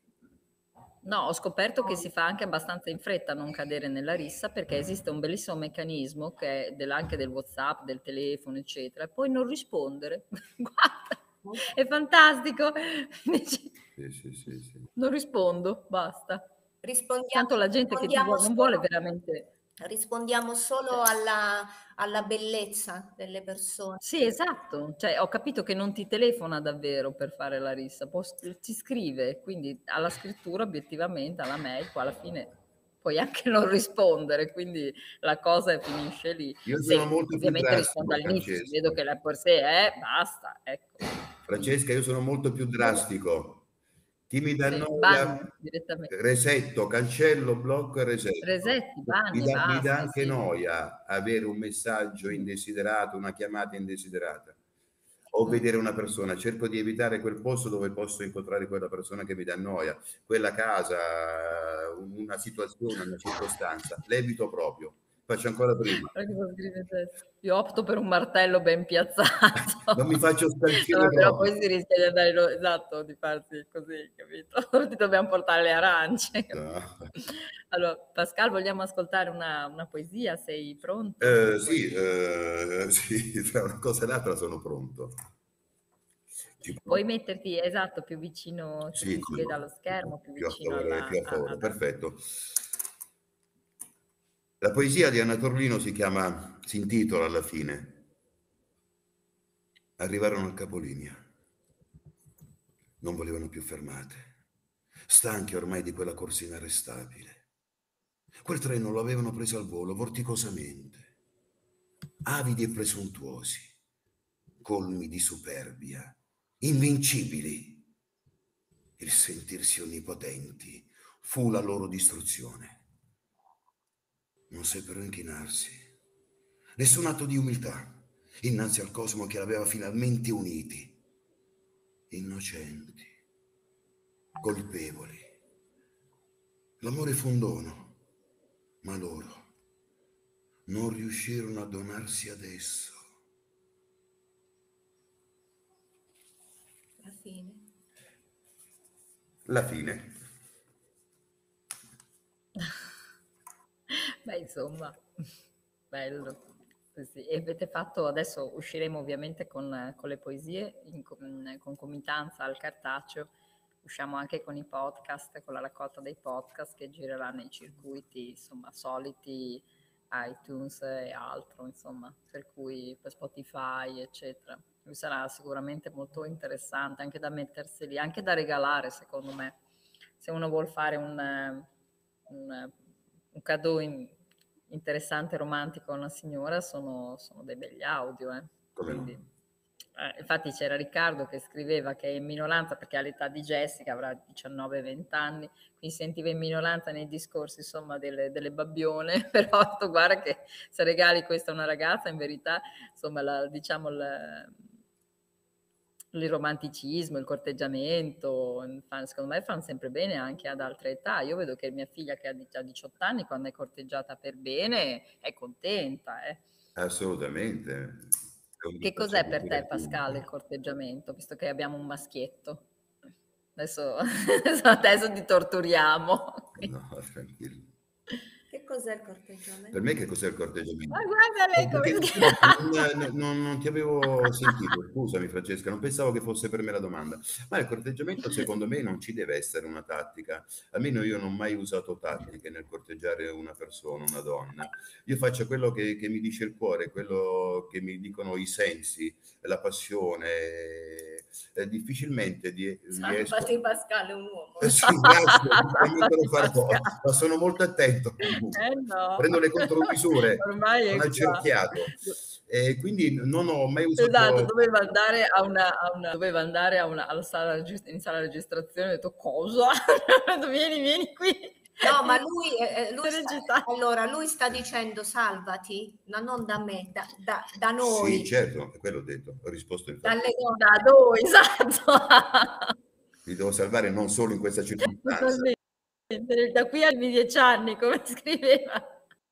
No, ho scoperto che si fa anche abbastanza in fretta a non cadere nella rissa, perché esiste un bellissimo meccanismo che è del, anche del WhatsApp, del telefono, eccetera, e poi non rispondere. Guarda, è fantastico. Sì, sì, sì, sì. Non rispondo, basta. Rispondiamo, Tanto la gente che ti vuole, non vuole veramente... Rispondiamo solo alla, alla bellezza delle persone. Sì, esatto. Cioè, ho capito che non ti telefona davvero per fare la rissa, può, ti scrive, quindi alla scrittura obiettivamente, alla mail, poi alla fine puoi anche non rispondere, quindi la cosa finisce lì. Io Se sono molto ovviamente più rispondo drastico, all'inizio, se Francesca. vedo che la per sé è, basta, ecco. Francesca, io sono molto più drastico. Chi mi dà Sì, noia, banni direttamente. resetto, cancello, blocco e resetto. Resetti, banni Mi e dà, mi dà basta, anche sì. noia avere un messaggio indesiderato, una chiamata indesiderata, o Mm. vedere una persona. Cerco di evitare quel posto dove posso incontrare quella persona che mi dà noia, quella casa, una situazione, una circostanza. L'evito proprio. Faccio ancora prima. Io opto per un martello ben piazzato. Non mi faccio stancire No, però proprio. poi si rischia di andare lo- esatto, di farsi così, capito? Ti dobbiamo portare le arance. No. Allora, Pascal, vogliamo ascoltare una, una poesia? Sei pronto? Eh, sì, eh, sì, tra una cosa e l'altra sono pronto. Ci Puoi metterti, esatto, più vicino, sì, che si veda lo schermo, più più a vicino favore, alla... più a favore. alla... Perfetto. La poesia di Anna Torlino si chiama, si intitola alla fine, Arrivarono al capolinea. Non volevano più fermate, stanchi ormai di quella corsa inarrestabile. Quel treno lo avevano preso al volo vorticosamente, avidi e presuntuosi, colmi di superbia, invincibili. Il sentirsi onnipotenti fu la loro distruzione. Non seppero inchinarsi. Nessun atto di umiltà innanzi al cosmo che l'aveva finalmente uniti. Innocenti, colpevoli. L'amore fu un dono, ma loro non riuscirono a donarsi ad esso. La fine. La fine. Beh, insomma, bello. Sì, sì. E avete fatto, adesso usciremo ovviamente con, con le poesie in, in concomitanza al cartaceo, usciamo anche con i podcast, con la raccolta dei podcast che girerà nei circuiti, insomma, soliti, iTunes e altro, insomma, per cui per Spotify, eccetera. Mi sarà sicuramente molto interessante anche da metterseli, anche da regalare, secondo me. Se uno vuol fare un, un, un cadeau in, interessante, romantico a una signora, sono, sono dei begli audio. Eh. Quindi, eh, infatti c'era Riccardo che scriveva che è in minoranza perché all'età di Jessica avrà diciannove venti anni, quindi sentiva in minoranza nei discorsi insomma delle, delle babbione, però tu guarda che se regali questa a una ragazza in verità insomma la, diciamo la, il romanticismo, il corteggiamento, fan- secondo me fanno sempre bene anche ad altre età. Io vedo che mia figlia che ha di- ha diciotto anni, quando è corteggiata per bene, è contenta. eh. Assolutamente. È un Che cos'è discorso per te, culturale. Pascal, il corteggiamento, visto che abbiamo un maschietto? Adesso, adesso ti torturiamo. No, tranquillo. Che cos'è il corteggiamento? Per me che cos'è il corteggiamento? Ma guarda lei come Perché si chiama. non, non- non ti avevo sentito, scusami Francesca, non pensavo che fosse per me la domanda. Ma il corteggiamento secondo me non ci deve essere una tattica. Almeno io non ho mai usato tattiche nel corteggiare una persona, una donna. Io faccio quello che, che mi dice il cuore, quello che mi dicono i sensi, la passione. Eh, difficilmente di, riesco... Salvati Pascal è un uomo. Eh sì, grazie, sicuramente lo farò, Pascal. ma sono molto attento comunque. Eh no. Prendo le contromisure, Ormai è sono qua. accerchiato. E quindi non ho mai usato... Esatto, doveva andare a una, a una, doveva andare a una, alla sala, regist- in sala registrazione, ho detto cosa? vieni, vieni qui. No, ma lui, eh, lui sta, Recita. allora, lui sta dicendo salvati, ma non da me, da, da, da noi. Sì, certo, è quello ho detto, ho risposto infatti. Dalle donne. Da noi, esatto. Mi devo salvare non solo in questa circostanza. Totalmente. Da qui ai dieci anni, come scriveva.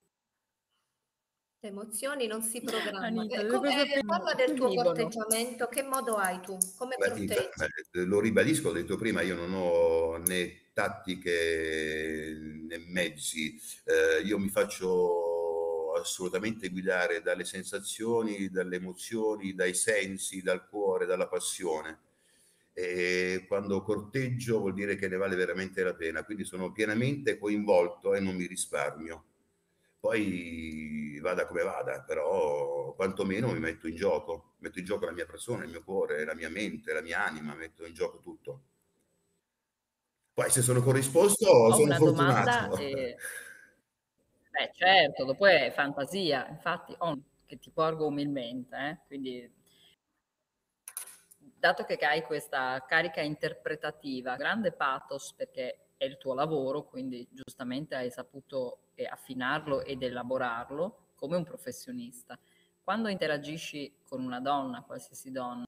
Le emozioni non si programmano. Anita, Eh, cosa come, pensi? parla del tuo Vivono. corteggiamento, che modo hai tu? Come Beh, corteggi? infa- beh, lo ribadisco, ho detto prima, io non ho né tattiche né mezzi, eh, io mi faccio assolutamente guidare dalle sensazioni, dalle emozioni, dai sensi, dal cuore, dalla passione. E quando corteggio vuol dire che ne vale veramente la pena, quindi sono pienamente coinvolto e non mi risparmio. Poi vada come vada, però quantomeno mi metto in gioco, metto in gioco la mia persona, il mio cuore, la mia mente, la mia anima, metto in gioco tutto. Poi se sono corrisposto Ho sono una fortunato. domanda. E... Beh, certo, dopo è fantasia, infatti, ho, che ti porgo umilmente, eh? Quindi, dato che hai questa carica interpretativa, grande pathos perché è il tuo lavoro, quindi giustamente hai saputo affinarlo ed elaborarlo come un professionista. Quando interagisci con una donna, qualsiasi donna,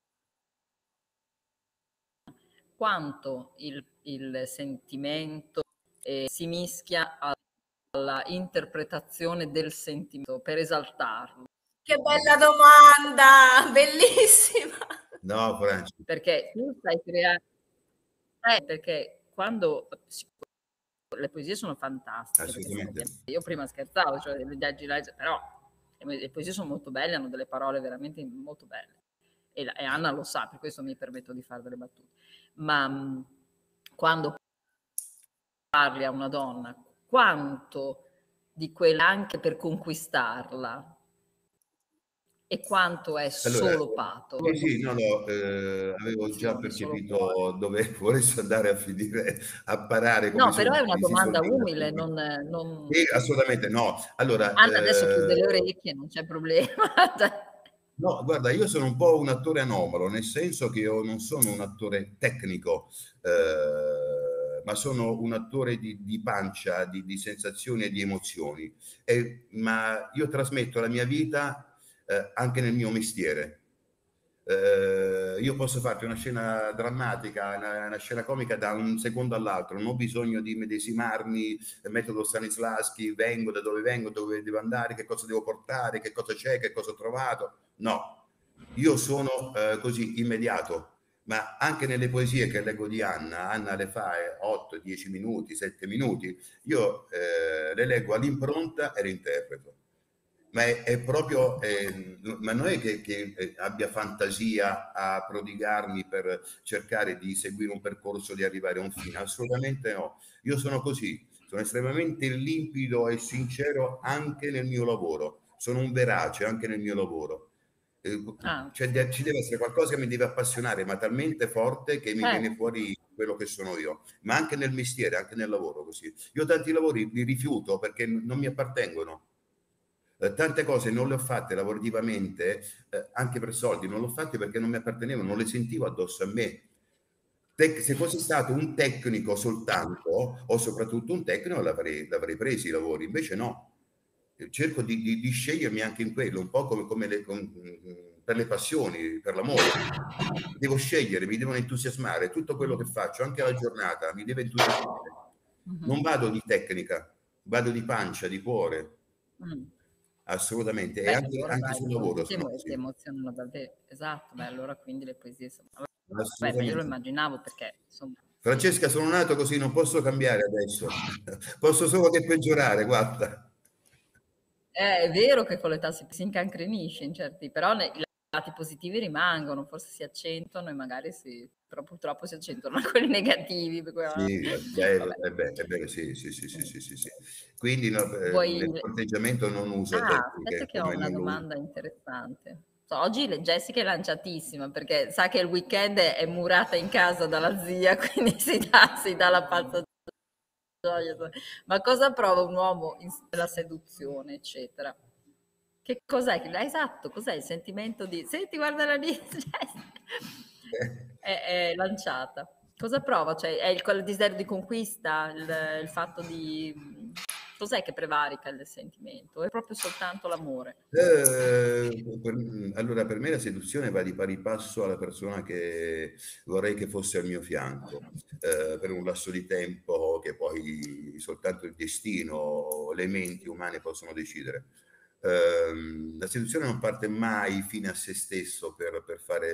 quanto il, il sentimento eh, si mischia alla interpretazione del sentimento per esaltarlo? Che bella domanda, bellissima. No, Francia. Perché tu stai creando, eh, perché quando le poesie sono fantastiche, Assolutamente. sono, io prima scherzavo, cioè leggi, leggi, però le poesie sono molto belle, hanno delle parole veramente molto belle e, e Anna lo sa, per questo mi permetto di fare delle battute, ma mh, quando parli a una donna, quanto di quella anche per conquistarla e quanto è allora, solo pathos? Sì, sì, no, no, eh, avevo già percepito dove volessi andare a finire, a parare. Come no, però è una domanda dire, umile, non... non... Sì, assolutamente no. Allora, Anna adesso eh... chiude le orecchie, non c'è problema. No, guarda, io sono un po' un attore anomalo, nel senso che io non sono un attore tecnico, eh, ma sono un attore di, di pancia, di, di sensazioni e di emozioni. E, ma io trasmetto la mia vita eh, anche nel mio mestiere. Eh, io posso farti una scena drammatica, una, una scena comica da un secondo all'altro, non ho bisogno di medesimarmi, metodo Stanislavski, vengo da dove vengo, dove devo andare, che cosa devo portare, che cosa c'è, che cosa ho trovato. No, io sono eh, così immediato, ma anche nelle poesie che leggo di Anna, Anna le fa otto dieci minuti, sette minuti, io eh, le leggo all'impronta e le interpreto. Ma è, è proprio, eh, ma non è che, che abbia fantasia a prodigarmi per cercare di seguire un percorso, di arrivare a un fine, assolutamente no. Io sono così, sono estremamente limpido e sincero anche nel mio lavoro, sono un verace anche nel mio lavoro. Eh, Ah. cioè, ci deve essere qualcosa che mi deve appassionare, ma talmente forte che mi eh. viene fuori quello che sono io, ma anche nel mestiere, anche nel lavoro così. Io tanti lavori li rifiuto perché non mi appartengono. Eh, tante cose non le ho fatte lavorativamente, eh, anche per soldi, non le ho fatte perché non mi appartenevano, non le sentivo addosso a me. Te- se fossi stato un tecnico soltanto, o soprattutto un tecnico, l'avrei, l'avrei presi i lavori, invece no. Cerco di, di, di scegliermi anche in quello, un po' come, come le, con, per le passioni, per l'amore. Devo scegliere, mi devono entusiasmare, tutto quello che faccio, anche la giornata, mi deve entusiasmare. Non vado di tecnica, vado di pancia, di cuore. Mm. Assolutamente. Beh, e anche, allora, anche sul lavoro. Ti emo- emozionano davvero. Esatto, beh, allora quindi le poesie sono... Beh, io lo immaginavo perché... Insomma... Francesca, sono nato così, non posso cambiare adesso. Posso solo che peggiorare, guarda. Eh, è vero che con l'età si, si incancrenisce in certi... Però ne, i lati positivi rimangono, forse si accentuano e magari si... però purtroppo si accentuano quelli negativi. Sì, beh, beh, beh, beh, sì, sì, sì, sì, sì, sì, sì. Quindi no, Vuoi... nel corteggiamento non uso ah, tecniche che ho una domanda uso. interessante. So, oggi Jessica è lanciatissima perché sa che il weekend è murata in casa dalla zia, quindi si dà, si dà la pazza gioia. Ma cosa prova un uomo in la seduzione, eccetera? Che cos'è? Esatto, cos'è il sentimento di... Senti, guarda la lì, è, è lanciata. Cosa prova? Cioè, è il, il desiderio di conquista, il, il fatto di... Cos'è che prevarica il sentimento? È proprio soltanto l'amore? Eh, per, allora, per me la seduzione va di pari passo alla persona che vorrei che fosse al mio fianco, eh, per un lasso di tempo che poi soltanto il destino, le menti umane possono decidere. Uh, la seduzione non parte mai fine a se stesso per, per fare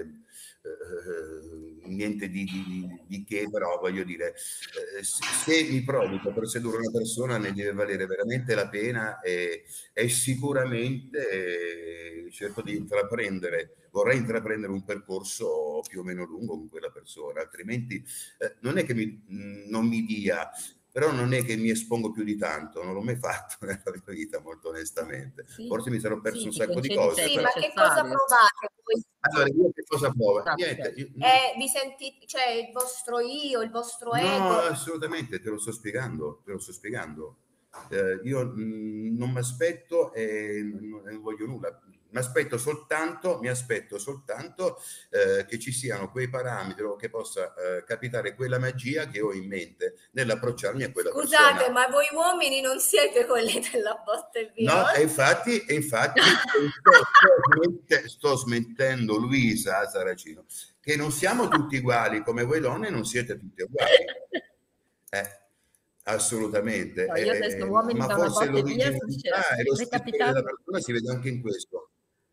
uh, niente di, di, di che, però voglio dire, uh, se, se mi provoco per sedurre una persona ne deve valere veramente la pena e, e sicuramente eh, cerco di intraprendere, vorrei intraprendere un percorso più o meno lungo con quella persona, altrimenti eh, non è che mi, mh, non mi dia, però non è che mi espongo più di tanto, non l'ho mai fatto nella mia vita, molto onestamente. Sì, forse mi sarò perso sì, un sacco di cose. Sì, però... ma che cosa provate voi? Allora, io che cosa provo? Niente, io... eh, vi sentite, cioè il vostro io, il vostro no, ego? No, assolutamente, te lo sto spiegando, te lo sto spiegando. Eh, io mh, non mi aspetto e non, non voglio nulla. Mi aspetto soltanto, mi aspetto soltanto eh, che ci siano quei parametri o che possa eh, capitare quella magia che ho in mente nell'approcciarmi a quella Scusate, persona. Scusate, ma voi uomini non siete quelli della botta e via? No, e infatti, e infatti sto, sto, smente, sto smentendo Luisa Saracino, che non siamo tutti uguali, come voi donne non siete tutti uguali. Eh. Assolutamente, no, io adesso, eh, ma forse l'originalità e lo spirito della persona si vede anche in questo.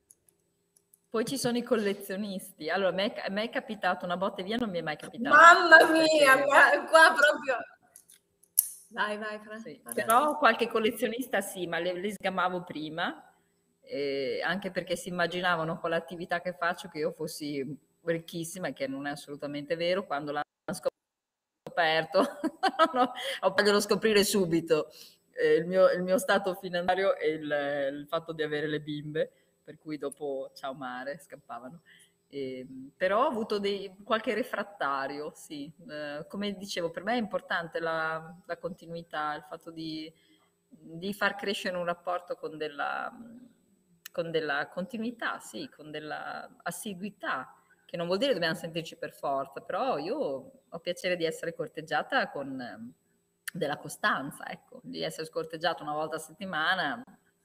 Poi ci sono i collezionisti. Allora, a me, a me è capitato una botta e via, non mi è mai capitato. Mamma mia, perché... qua, qua proprio... Vai, vai, Fran. Sì, però qualche collezionista sì, ma le, le sgamavo prima, eh, anche perché si immaginavano con l'attività che faccio che io fossi ricchissima, e che non è assolutamente vero. Quando l'hanno scoperto, no, ho voglio scoprire subito eh, il, mio, il mio stato finanziario e il, il fatto di avere le bimbe, per cui dopo ciao mare scappavano. Eh, però ho avuto dei, qualche refrattario, sì. Eh, come dicevo, per me è importante la, la continuità, il fatto di, di far crescere un rapporto con della, con della continuità, sì, con della assiduità, che non vuol dire che dobbiamo sentirci per forza, però io ho piacere di essere corteggiata con eh, della costanza, ecco, di essere scorteggiata una volta a settimana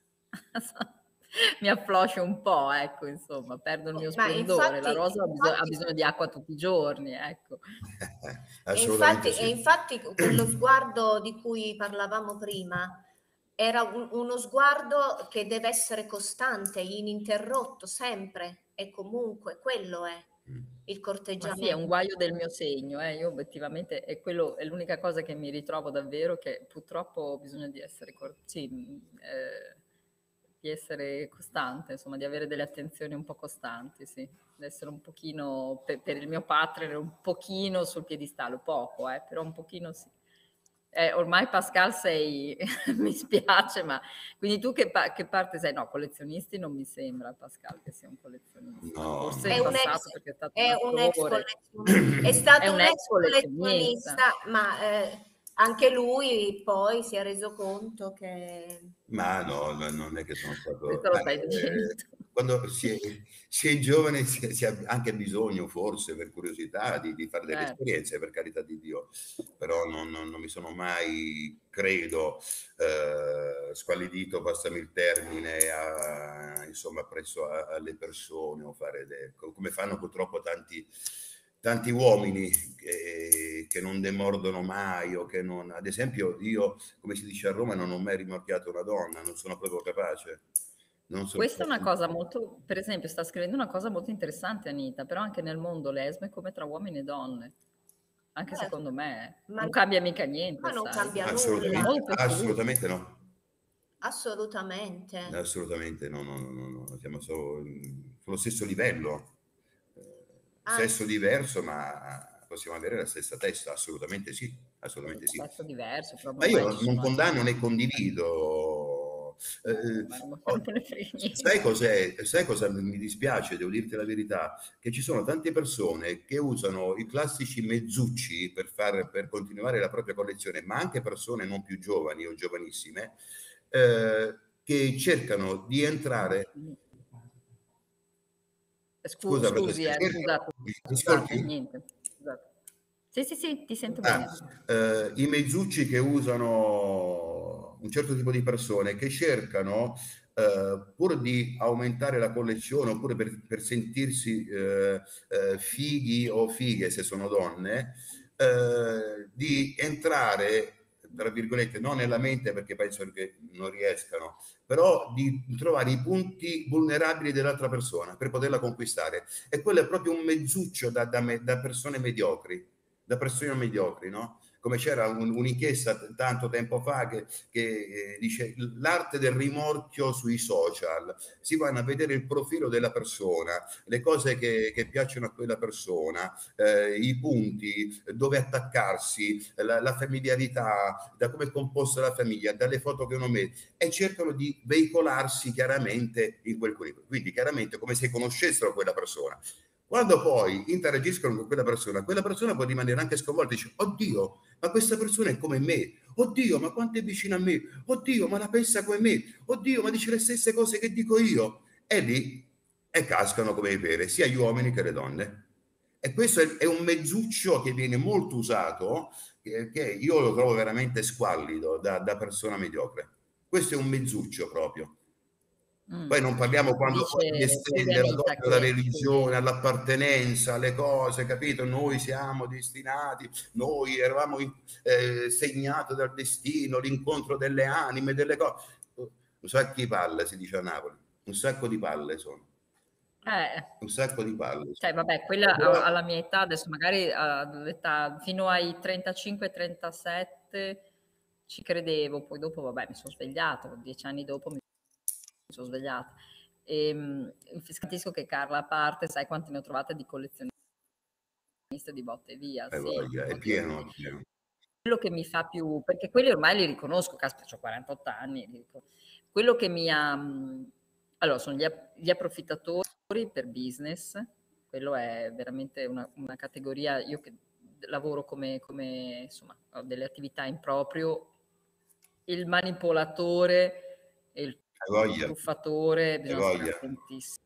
mi affloscio un po', ecco, insomma, perdo il mio splendore. Infatti, la rosa ha bisogno, ha bisogno di acqua tutti i giorni, ecco. E infatti, sì. E infatti quello sguardo di cui parlavamo prima era un, uno sguardo che deve essere costante, ininterrotto, sempre e comunque, quello è il corteggiamento. Ma sì, è un guaio del mio segno, eh. Io obiettivamente è, quello, è l'unica cosa che mi ritrovo davvero, che purtroppo ho bisogno di essere, sì, eh, di essere costante, insomma, di avere delle attenzioni un po' costanti, sì, di essere un pochino, per, per il mio partner, un pochino sul piedistallo, poco, eh, però un pochino sì. Eh, ormai Pascal sei, mi spiace, ma quindi tu che, pa- che parte sei? No, collezionisti non mi sembra, Pascal, che sia un collezionista. No, forse è in un passato ex, perché è stato è un, un ex collezionista, è stato è un, un ex collezionista, ma eh, anche lui poi si è reso conto che... Ma no, non è che sono stato... Questo lo stai dicendo. quando si è, si è giovane si, si ha anche bisogno, forse per curiosità, di, di fare delle Certo. esperienze, per carità di Dio, però non, non, non mi sono mai, credo, eh, squalidito, passami il termine, a, insomma, presso a, alle persone, o fare de, come fanno purtroppo tanti, tanti uomini che, che non demordono mai, o che non, ad esempio io, come si dice a Roma, non ho mai rimorchiato una donna, non sono proprio capace. Non so. Questa è una cosa molto, per esempio, sta scrivendo una cosa molto interessante Anita, però anche nel mondo lesbo è come tra uomini e donne, anche Eh, secondo me, ma- non cambia mica niente, ma non sai? cambia Assolutamente, nulla. Molto più assolutamente no. Assolutamente. Assolutamente no, no, no, no, no. Siamo solo, sullo stesso livello, eh, Anzi. sesso diverso, ma possiamo avere la stessa testa, assolutamente sì, assolutamente sì. Sesso diverso, però Ma io ormai ci non sono condanno anche- né condivido. Eh, Ma non oh, me ne frega niente. sai cos'è? Sai cosa mi dispiace, devo dirti la verità, che ci sono tante persone che usano i classici mezzucci per, far, per continuare la propria collezione, ma anche persone non più giovani o giovanissime, eh, che cercano di entrare. Scu- Scusa, scusi, eh, cercano- scusate, mi scusate, ascolti? niente. Scusate. Sì, sì, sì, ti sento Ah, bene. eh, i mezzucci che usano un certo tipo di persone che cercano, eh, pur di aumentare la collezione, oppure per, per sentirsi eh, eh, fighi o fighe se sono donne, eh, di entrare, tra virgolette, non nella mente, perché penso che non riescano, però di trovare i punti vulnerabili dell'altra persona per poterla conquistare. E quello è proprio un mezzuccio da, da, me- da persone mediocri, da persone mediocri, no? Come c'era un, un'inchiesta t- tanto tempo fa che, che eh, dice l'arte del rimorchio sui social. Si vanno a vedere il profilo della persona, le cose che, che piacciono a quella persona, eh, i punti, dove attaccarsi, la, la familiarità, da come è composta la famiglia, dalle foto che uno mette, e cercano di veicolarsi chiaramente in quel curriculum. Quindi chiaramente come se conoscessero quella persona. Quando poi interagiscono con quella persona, quella persona può rimanere anche sconvolta e dice: oddio, ma questa persona è come me, oddio, ma quanto è vicina a me, oddio, ma la pensa come me, oddio, ma dice le stesse cose che dico io. E lì e cascano come i pere, sia gli uomini che le donne. E questo è, è un mezzuccio che viene molto usato, che, che io lo trovo veramente squallido da, da persona mediocre. Questo è un mezzuccio proprio. Mm. Poi non parliamo quando Dice, poi si estende la Anita cosa alla che- religione, all'appartenenza, alle cose, capito? Noi siamo destinati, noi eravamo eh, segnati dal destino, l'incontro delle anime, delle cose. Un sacco di palle, si dice a Napoli, un sacco di palle sono. Eh, Un sacco di palle. cioè, vabbè, quella Però- a- alla mia età, adesso magari all'età fino ai trentacinque trentasette ci credevo, poi dopo, vabbè, mi sono svegliata, dieci anni dopo mi sono svegliata. E, mh, capisco che Carla a parte, sai quante ne ho trovate di collezioniste di botte e via. Hai Sì, voglia, è pieno, è pieno. quello che mi fa più, perché quelli ormai li riconosco, caspita, ho quarantotto anni, li riconosco. Quello che mi ha, mh, allora sono gli, app- gli approfittatori per business, quello è veramente una, una categoria, io che lavoro come, come, insomma, ho delle attività in proprio, il manipolatore e il Hai voglia, truffatore, bisogna stare voglia. attentissimi.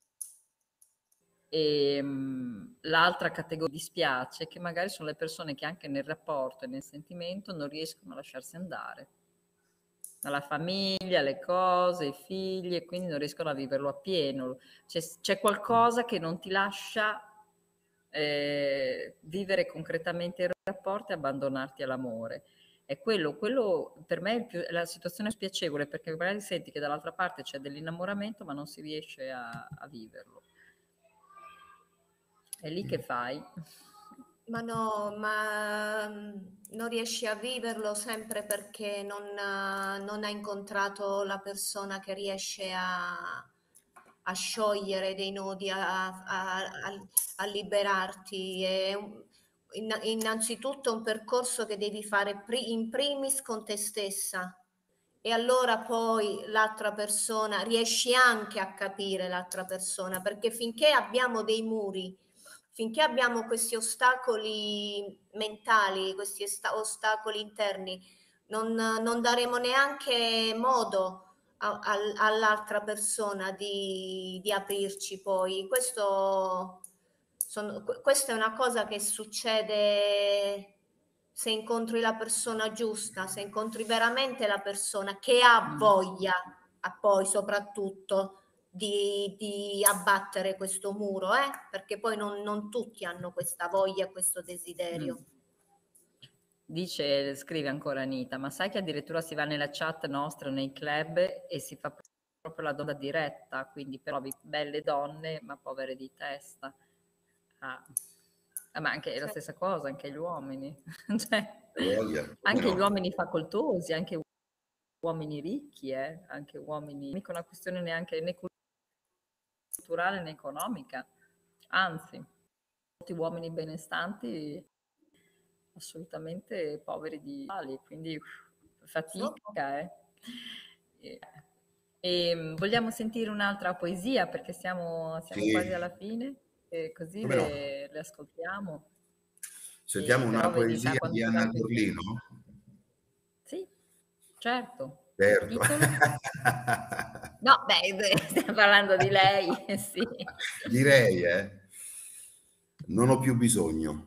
E mh, l'altra categoria dispiace che magari sono le persone che anche nel rapporto e nel sentimento non riescono a lasciarsi andare alla famiglia, le cose, i figli, e quindi non riescono a viverlo appieno. C'è, c'è qualcosa che non ti lascia eh, vivere concretamente il rapporto e abbandonarti all'amore. È quello, quello per me è, il più, è la situazione spiacevole, perché magari senti che dall'altra parte c'è dell'innamoramento ma non si riesce a, a viverlo. È lì che fai. Ma no, ma mm, non riesci a viverlo sempre perché non, eh, non hai incontrato la persona che riesce a, a sciogliere dei nodi, a, a- a- a liberarti. È un- inna- innanzitutto un percorso che devi fare pri- in primis con te stessa. E allora poi l'altra persona, riesci anche a capire l'altra persona, perché finché abbiamo dei muri, finché abbiamo questi ostacoli mentali, questi ostacoli interni, non, non daremo neanche modo a- al- all'altra persona di, di aprirci poi. Questo, sono- que- questa è una cosa che succede se incontri la persona giusta, se incontri veramente la persona che ha Mm. voglia, a poi soprattutto di, di abbattere questo muro, eh? Perché poi non, non tutti hanno questa voglia, questo desiderio. Mm. Dice, scrive ancora Anita, ma sai che addirittura si va nella chat nostra, nei club e si fa proprio la donna diretta, quindi trovi belle donne ma povere di testa. Ah. Ah, ma anche è la Sì. stessa cosa, anche gli uomini. Cioè, Voglia, come anche no? gli uomini facoltosi, anche uomini ricchi, eh? Anche uomini, mica una questione neanche né culturale né economica, anzi, molti uomini benestanti assolutamente poveri di mali, quindi uff, fatica, eh. E, e vogliamo sentire un'altra poesia perché siamo, siamo Sì, quasi alla fine, e così come no? le, le ascoltiamo. Sentiamo E una però vedi già poesia quanto di Anna tempo è. Torlino? Sì, certo. Certo. Titolo? No, beh, stiamo parlando di lei, sì. Direi, eh, non ho più bisogno.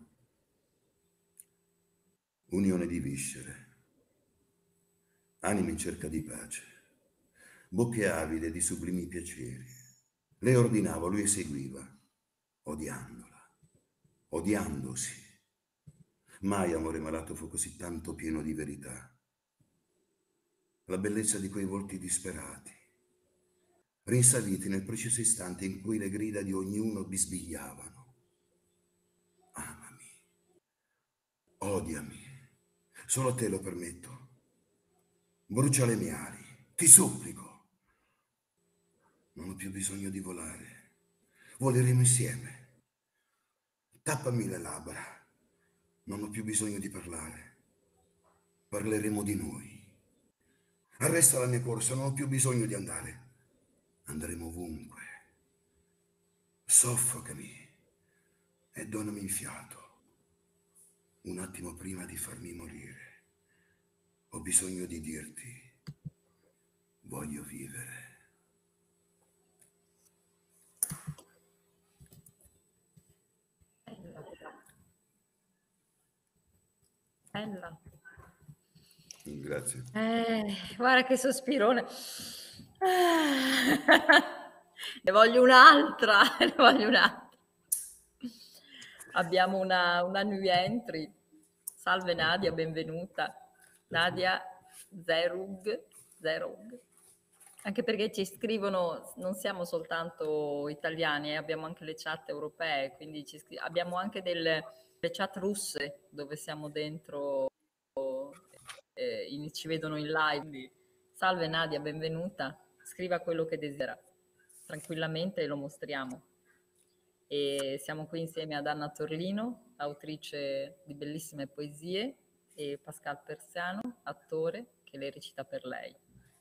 Unione di viscere, anime in cerca di pace, bocche avide di sublimi piaceri. Lei ordinava, lui eseguiva, odiandola, odiandosi. Mai amore malato fu così tanto pieno di verità. La bellezza di quei volti disperati, rinsaviti nel preciso istante in cui le grida di ognuno bisbigliavano. Amami, odiami, solo a te lo permetto. Brucia le mie ali, ti supplico. Non ho più bisogno di volare. Voleremo insieme. Tappami le labbra. Non ho più bisogno di parlare. Parleremo di noi. Arresta la mia corsa, non ho più bisogno di andare. Andremo ovunque. Soffocami e donami in fiato. Un attimo prima di farmi morire. Ho bisogno di dirti, voglio vivere. Bella. Grazie. Eh, guarda che sospirone. Ne voglio un'altra, ne voglio un'altra. Abbiamo una, una new entry. Salve Nadia, benvenuta. Nadia Zerug, Zerug. Anche perché ci scrivono, non siamo soltanto italiani, eh, abbiamo anche le chat europee, quindi ci scri- abbiamo anche delle, delle chat russe dove siamo dentro, eh, in- ci vedono in live. Quindi, salve Nadia, benvenuta. Scriva quello che desidera, tranquillamente e lo mostriamo. E siamo qui insieme ad Anna Torlino, autrice di bellissime poesie, e Pascal Persiano, attore, che le recita per lei.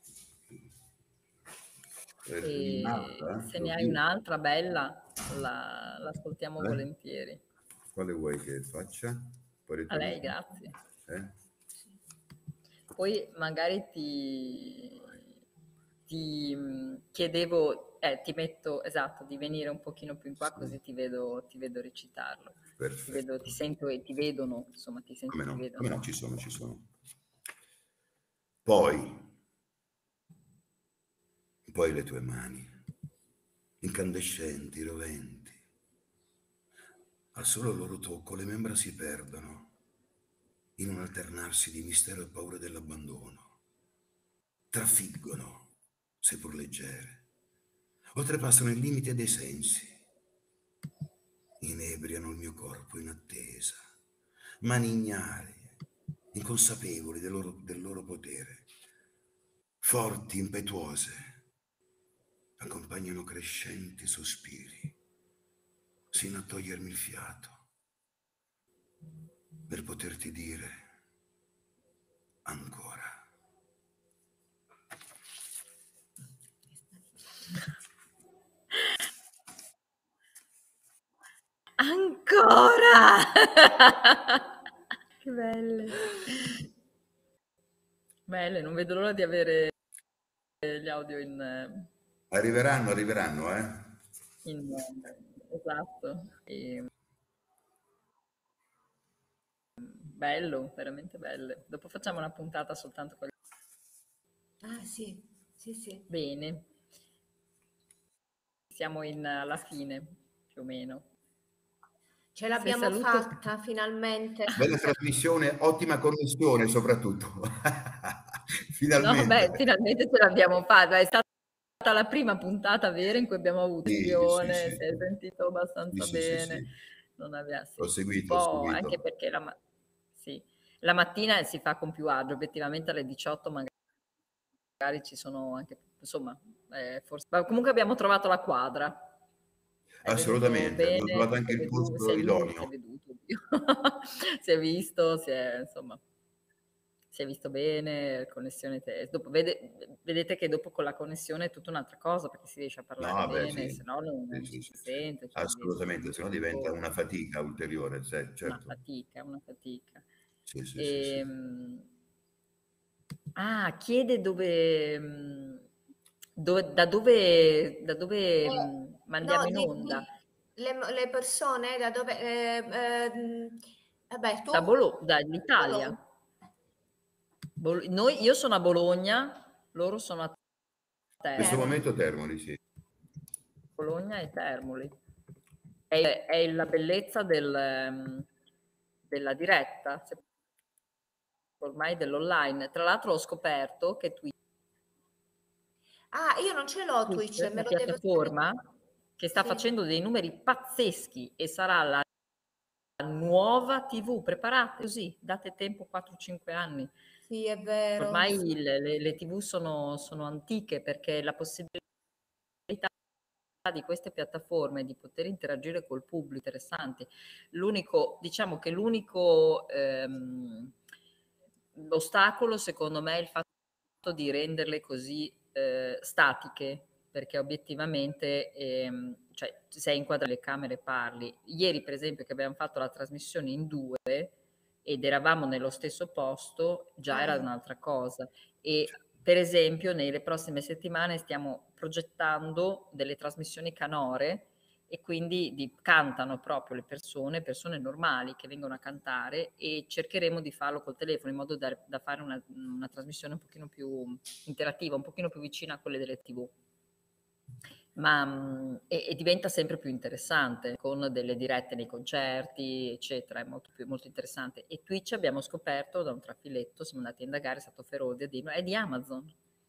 E se ne hai un'altra bella, la, l'ascoltiamo eh? volentieri. Quale vuoi che faccia? Poi A lei, grazie. Eh? Poi magari ti, ti chiedevo, eh, ti metto, esatto, di venire un pochino più in qua, così ti vedo, ti vedo recitarlo. Ti, vedo, ti sento e ti vedono, insomma, ti sento e Come ti no? vedono. Come no, ci sono, ci sono. Poi, poi le tue mani, incandescenti, roventi, al solo loro tocco le membra si perdono in un alternarsi di mistero e paura dell'abbandono. Trafiggono, seppur leggere, oltrepassano il limite dei sensi, inebriano il mio corpo in attesa, mani ignare, inconsapevoli del loro, del loro potere, forti, impetuose, accompagnano crescenti sospiri, sino a togliermi il fiato, per poterti dire ancora. Ancora! Che belle! Belle, non vedo l'ora di avere gli audio in... eh, Arriveranno, arriveranno, eh? in eh, esatto. E, bello, veramente bello. Dopo facciamo una puntata soltanto con... Ah, sì, sì, sì. Bene, siamo in, alla fine, più o meno. Ce Se l'abbiamo saluto... fatta finalmente. Bella trasmissione, ottima connessione soprattutto. No, Finalmente. beh, finalmente ce l'abbiamo fatta. È stata la prima puntata vera in cui abbiamo avuto Sì, sì, visione, sì. si è sentito Sì, abbastanza sì, sì, bene. sì. Non aveva, sì, Ho sì, un seguito, ho po' anche seguito. perché la, ma- sì, la mattina si fa con più agio, obiettivamente alle diciotto magari ci sono anche, insomma, eh, forse, ma comunque abbiamo trovato la quadra. È venuto Assolutamente, abbiamo bene, trovato si anche è il veduto, si posto è visto, si è idoneo. veduto, oddio. Si è visto, si è, insomma, si è visto bene, la connessione, te- dopo, vede- vedete che dopo con la connessione è tutta un'altra cosa, perché si riesce a parlare No, beh, bene, sì. se no non, Sì, non sì, ci sì, si sì. sente, cioè diventa Assolutamente, se no diventa tutto una fatica ulteriore, se- una certo. fatica, una fatica. Sì, sì, sì, sì. Ehm, ah, chiede dove, mh, dove- da dove, da dove Eh, mh, mandiamo no, in di, onda? di- le, le persone da dove... eh, eh, vabbè, tu? Da Bologna, Bologna. dall'Italia. Bol- noi- io sono a Bologna, loro sono a In questo Termoli, momento Termoli, sì. Bologna e Termoli. È, è la bellezza del, ehm, della diretta, se- ormai dell'online. Tra l'altro ho scoperto che Twitch, Ah, io non ce l'ho Twitch, Twitch, me la lo devo scaricare. piattaforma che sta Sì, facendo dei numeri pazzeschi e sarà la nuova T V, preparate così, date tempo quattro cinque anni. sì, è vero. Ormai le, le- le T V sono, sono antiche perché la possibilità di queste piattaforme di poter interagire col pubblico interessante. L'unico, diciamo che l'unico ehm, ostacolo secondo me è il fatto di renderle così eh, statiche, perché obiettivamente ehm, cioè, sei inquadrato le camere e parli. Ieri per esempio che abbiamo fatto la trasmissione in due ed eravamo nello stesso posto, già era Ah, un'altra cosa. E per esempio nelle prossime settimane stiamo progettando delle trasmissioni canore e quindi di, cantano proprio le persone, persone normali che vengono a cantare e cercheremo di farlo col telefono in modo da, da fare una, una trasmissione un pochino più interattiva, un pochino più vicina a quelle delle tivù. Ma, mh, e, e diventa sempre più interessante con delle dirette nei concerti, eccetera, è molto, più, molto interessante. E Twitch abbiamo scoperto da un trafiletto, siamo andati a indagare, è stato Ferodia, di, è di Amazon.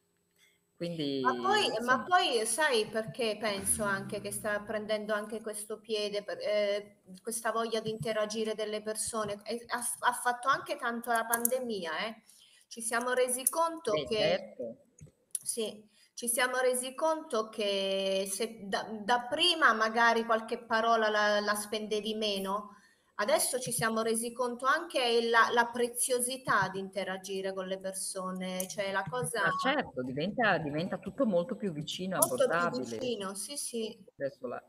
Ma Quindi, poi, ma insomma, poi sai perché penso anche che sta prendendo anche questo piede, per- eh, questa voglia di interagire delle persone? E ha, ha fatto anche tanto la pandemia, eh. Ci siamo resi conto eh, che, certo. sì, ci siamo resi conto che se da, da prima magari qualche parola la, la spendevi meno, adesso ci siamo resi conto anche la, la preziosità di interagire con le persone, cioè la cosa Ma certo, diventa, diventa tutto molto più vicino e molto più abbordabile. vicino, sì, sì. Adesso la-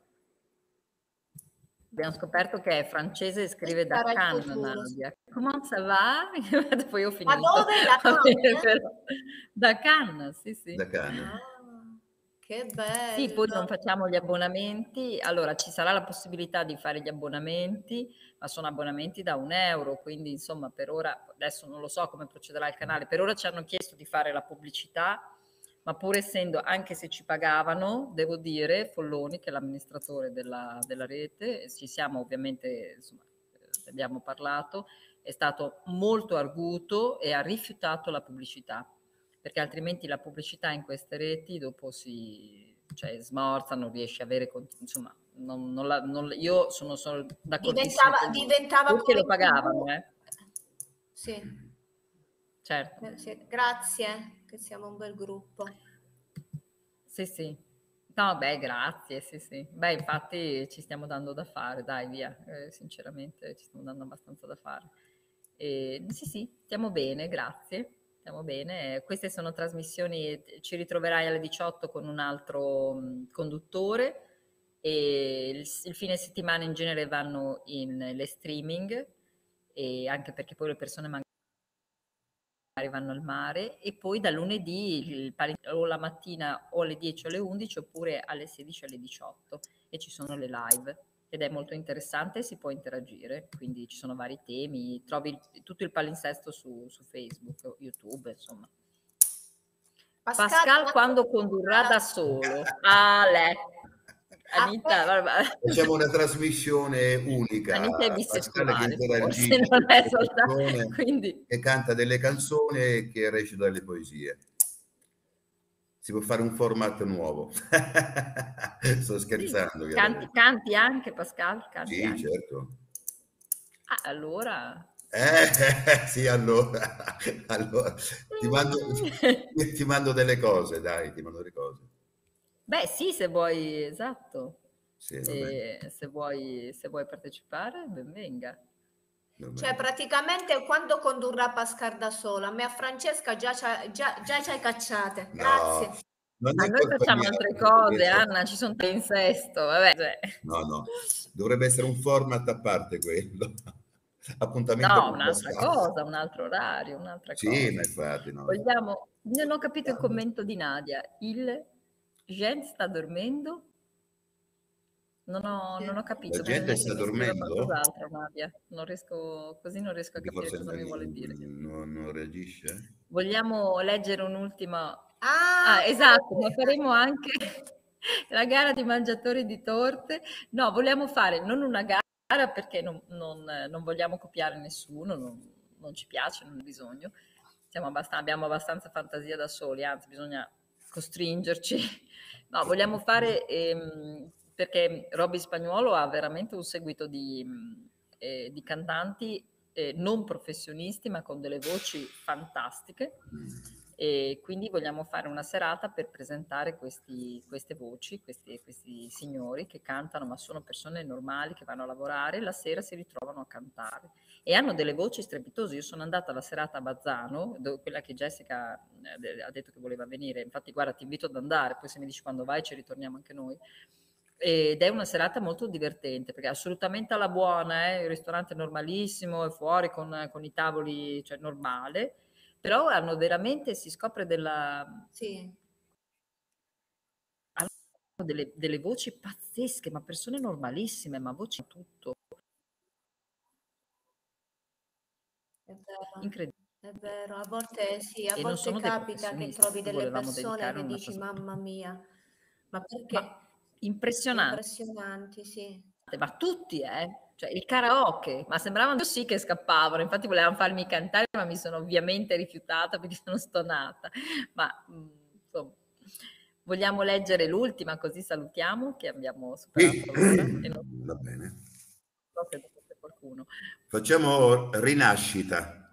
abbiamo scoperto che è francese e Questo scrive da sarà il Cannes, futuro, sì. Nadia. Comment ça va? Poi ho Da finito. dove? Da Va bene, Cannes? però. Da Cannes, sì, sì. Da Cannes. Ah, che Sì, poi bello. non facciamo gli abbonamenti, allora ci sarà la possibilità di fare gli abbonamenti, ma sono abbonamenti da un euro, quindi insomma per ora, adesso non lo so come procederà il canale, per ora ci hanno chiesto di fare la pubblicità, ma pur essendo, anche se ci pagavano, devo dire, Folloni, che è l'amministratore della, della rete, ci siamo ovviamente, insomma, eh, abbiamo parlato, è stato molto arguto e ha rifiutato la pubblicità perché altrimenti la pubblicità in queste reti dopo si cioè, smorza, non riesci a avere, insomma, non, non la, non, io sono, sono d'accordissimo Diventava, con lui, diventava perché come lo in T V. pagavano, eh? Sì, Certo, eh, sì. Grazie, che siamo un bel gruppo. sì, sì. No, beh, grazie, sì, sì. Beh, infatti ci stiamo dando da fare, dai, via, eh, sinceramente ci stiamo dando abbastanza da fare. E, sì, sì, stiamo bene, grazie. Stiamo bene. Queste sono trasmissioni, ci ritroverai alle diciotto con un altro mh, conduttore e il, il fine settimana in genere vanno in le streaming e anche perché poi le persone vanno al mare, e poi da lunedì il pali- o la mattina o alle dieci o alle undici oppure alle sedici o alle diciotto, e ci sono le live ed è molto interessante e si può interagire, quindi ci sono vari temi, trovi il- tutto il palinsesto su, su Facebook, YouTube, insomma. Pascal, Pascal quando condurrà da solo? Ah, lei. Anita, guarda, Facciamo una trasmissione unica. Anita è Pascal che bisessuale, forse interagisce non con è le soltanto, persone, quindi che canta delle canzoni e che recita delle poesie. Si può fare un format nuovo. Sto scherzando. sì, canti, canti anche Pascal? Canti Sì, anche? certo. Ah, allora... Eh, sì, allora, allora ti, mando, ti mando delle cose, dai, ti mando delle cose. Beh, sì, se vuoi, esatto. Sì, va bene, E se vuoi, se vuoi partecipare, ben venga. va bene. Cioè, praticamente quando condurrà Pascal da sola, a me a Francesca già, c'ha- già, già ci hai cacciate. No, Grazie. non Ma è noi colpa facciamo mia, altre perché cose, so- Anna, ci sono in sesto, vabbè. Cioè. No, no, dovrebbe essere un format a parte quello. Appuntamento No, con un'altra Pascal. cosa, un altro orario, un'altra Sì, cosa. ma infatti, no. Vogliamo... Non ho capito il commento di Nadia. Il Gen sta dormendo? Non ho, non ho capito. La gente Bisogna sta che mi scriva dormendo? qualcos'altro, Nadia. Non riesco, così non riesco a Perché capire forse cosa mi vuole dire. non, non reagisce? Vogliamo leggere un'ultima... Ah, Ah, esatto, ma faremo anche la gara di mangiatori di torte. No, vogliamo fare non una gara perché non, non- non vogliamo copiare nessuno, non, non ci piace, non è bisogno. Siamo abbastan- abbiamo abbastanza fantasia da soli, anzi bisogna costringerci. No, vogliamo fare, ehm, perché Robby Spagnuolo ha veramente un seguito di, mh, eh, di cantanti eh, non professionisti, ma con delle voci fantastiche. E quindi vogliamo fare una serata per presentare questi, queste voci, questi, questi signori che cantano, ma sono persone normali che vanno a lavorare, la sera si ritrovano a cantare e hanno delle voci strepitose. Io sono andata alla serata a Bazzano, dove, quella che Jessica eh, ha detto che voleva venire, infatti guarda ti invito ad andare, poi se mi dici quando vai ci ritorniamo anche noi. Ed è una serata molto divertente perché è assolutamente alla buona, eh? Il ristorante è normalissimo, è fuori con, con i tavoli, cioè normale, però hanno veramente, si scopre della, sì. hanno delle, delle voci pazzesche, ma persone normalissime, ma voci tutto. È vero, Incredibile. è vero. A volte sì, a E non volte sono dei capita che professionisti, trovi poi delle volevamo persone dedicare che una dici, trasmissione. mamma mia, ma perché? Ma impressionante. Impressionanti, sì. Ma tutti, eh? Cioè il karaoke, ma sembravano sì che scappavano, infatti volevano farmi cantare, ma mi sono ovviamente rifiutata perché sono stonata. Ma mh, insomma, vogliamo leggere l'ultima così salutiamo che abbiamo superato Sì, l'ora e non va bene. so se c'è qualcuno. Facciamo rinascita.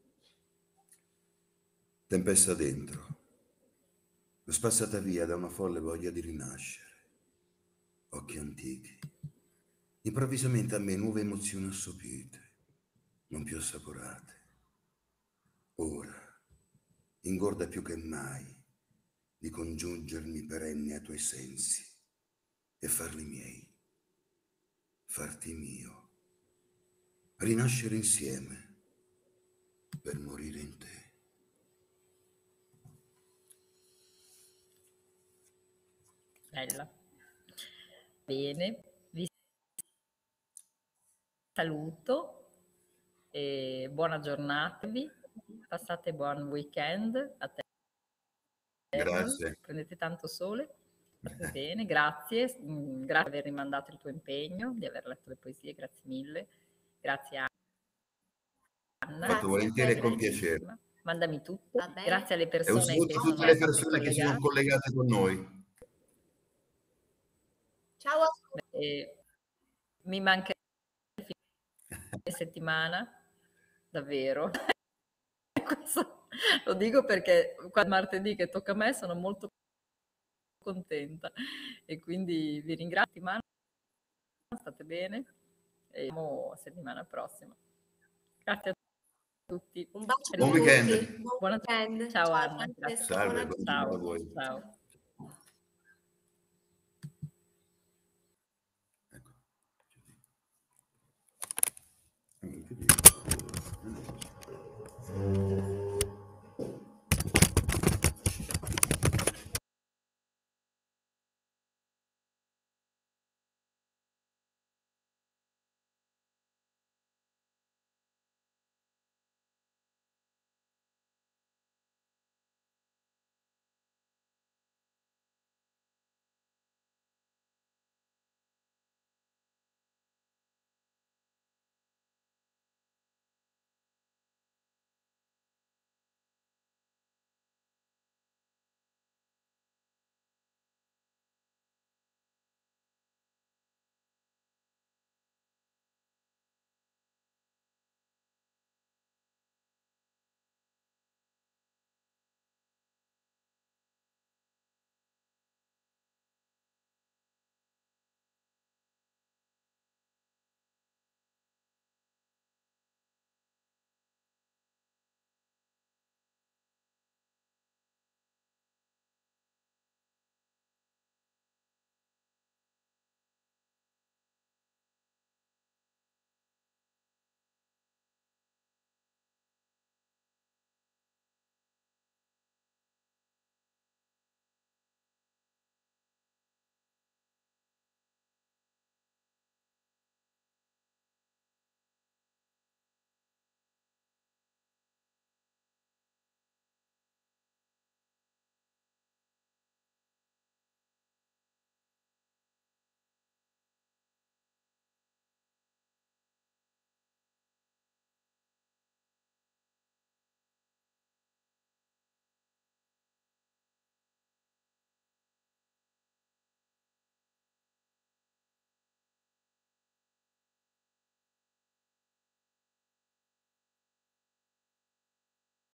Tempesta dentro. L'ho spazzata via da una folle voglia di rinascere. Occhi antichi. Improvvisamente a me nuove emozioni assopite, non più assaporate. Ora, ingorda più che mai di congiungermi perenne ai tuoi sensi e farli miei, farti mio, rinascere insieme per morire in te. Bella. Bene, vi saluto e buona giornata, passate buon weekend a te. Grazie. Prendete tanto sole, state bene, grazie, mm, grazie per aver rimandato il tuo impegno, di aver letto le poesie, grazie mille, grazie Anna. Fatto volentieri e con piacere. Mandami tutto, Va bene. grazie alle E un persone saluto che a sono tutte le state persone che si sono collegate con noi. Ciao a e mi manca il fine settimana, davvero. Questo lo dico perché qua martedì che tocca a me sono molto contenta e quindi vi ringrazio, settimana, state bene e vediamo settimana prossima. Grazie a tutti. un bacio a Buon tutti. weekend. Buon Buona weekend. ciao Ciao Anna, Francesca, Salve, buona buon giornata. giorno a voi. ciao.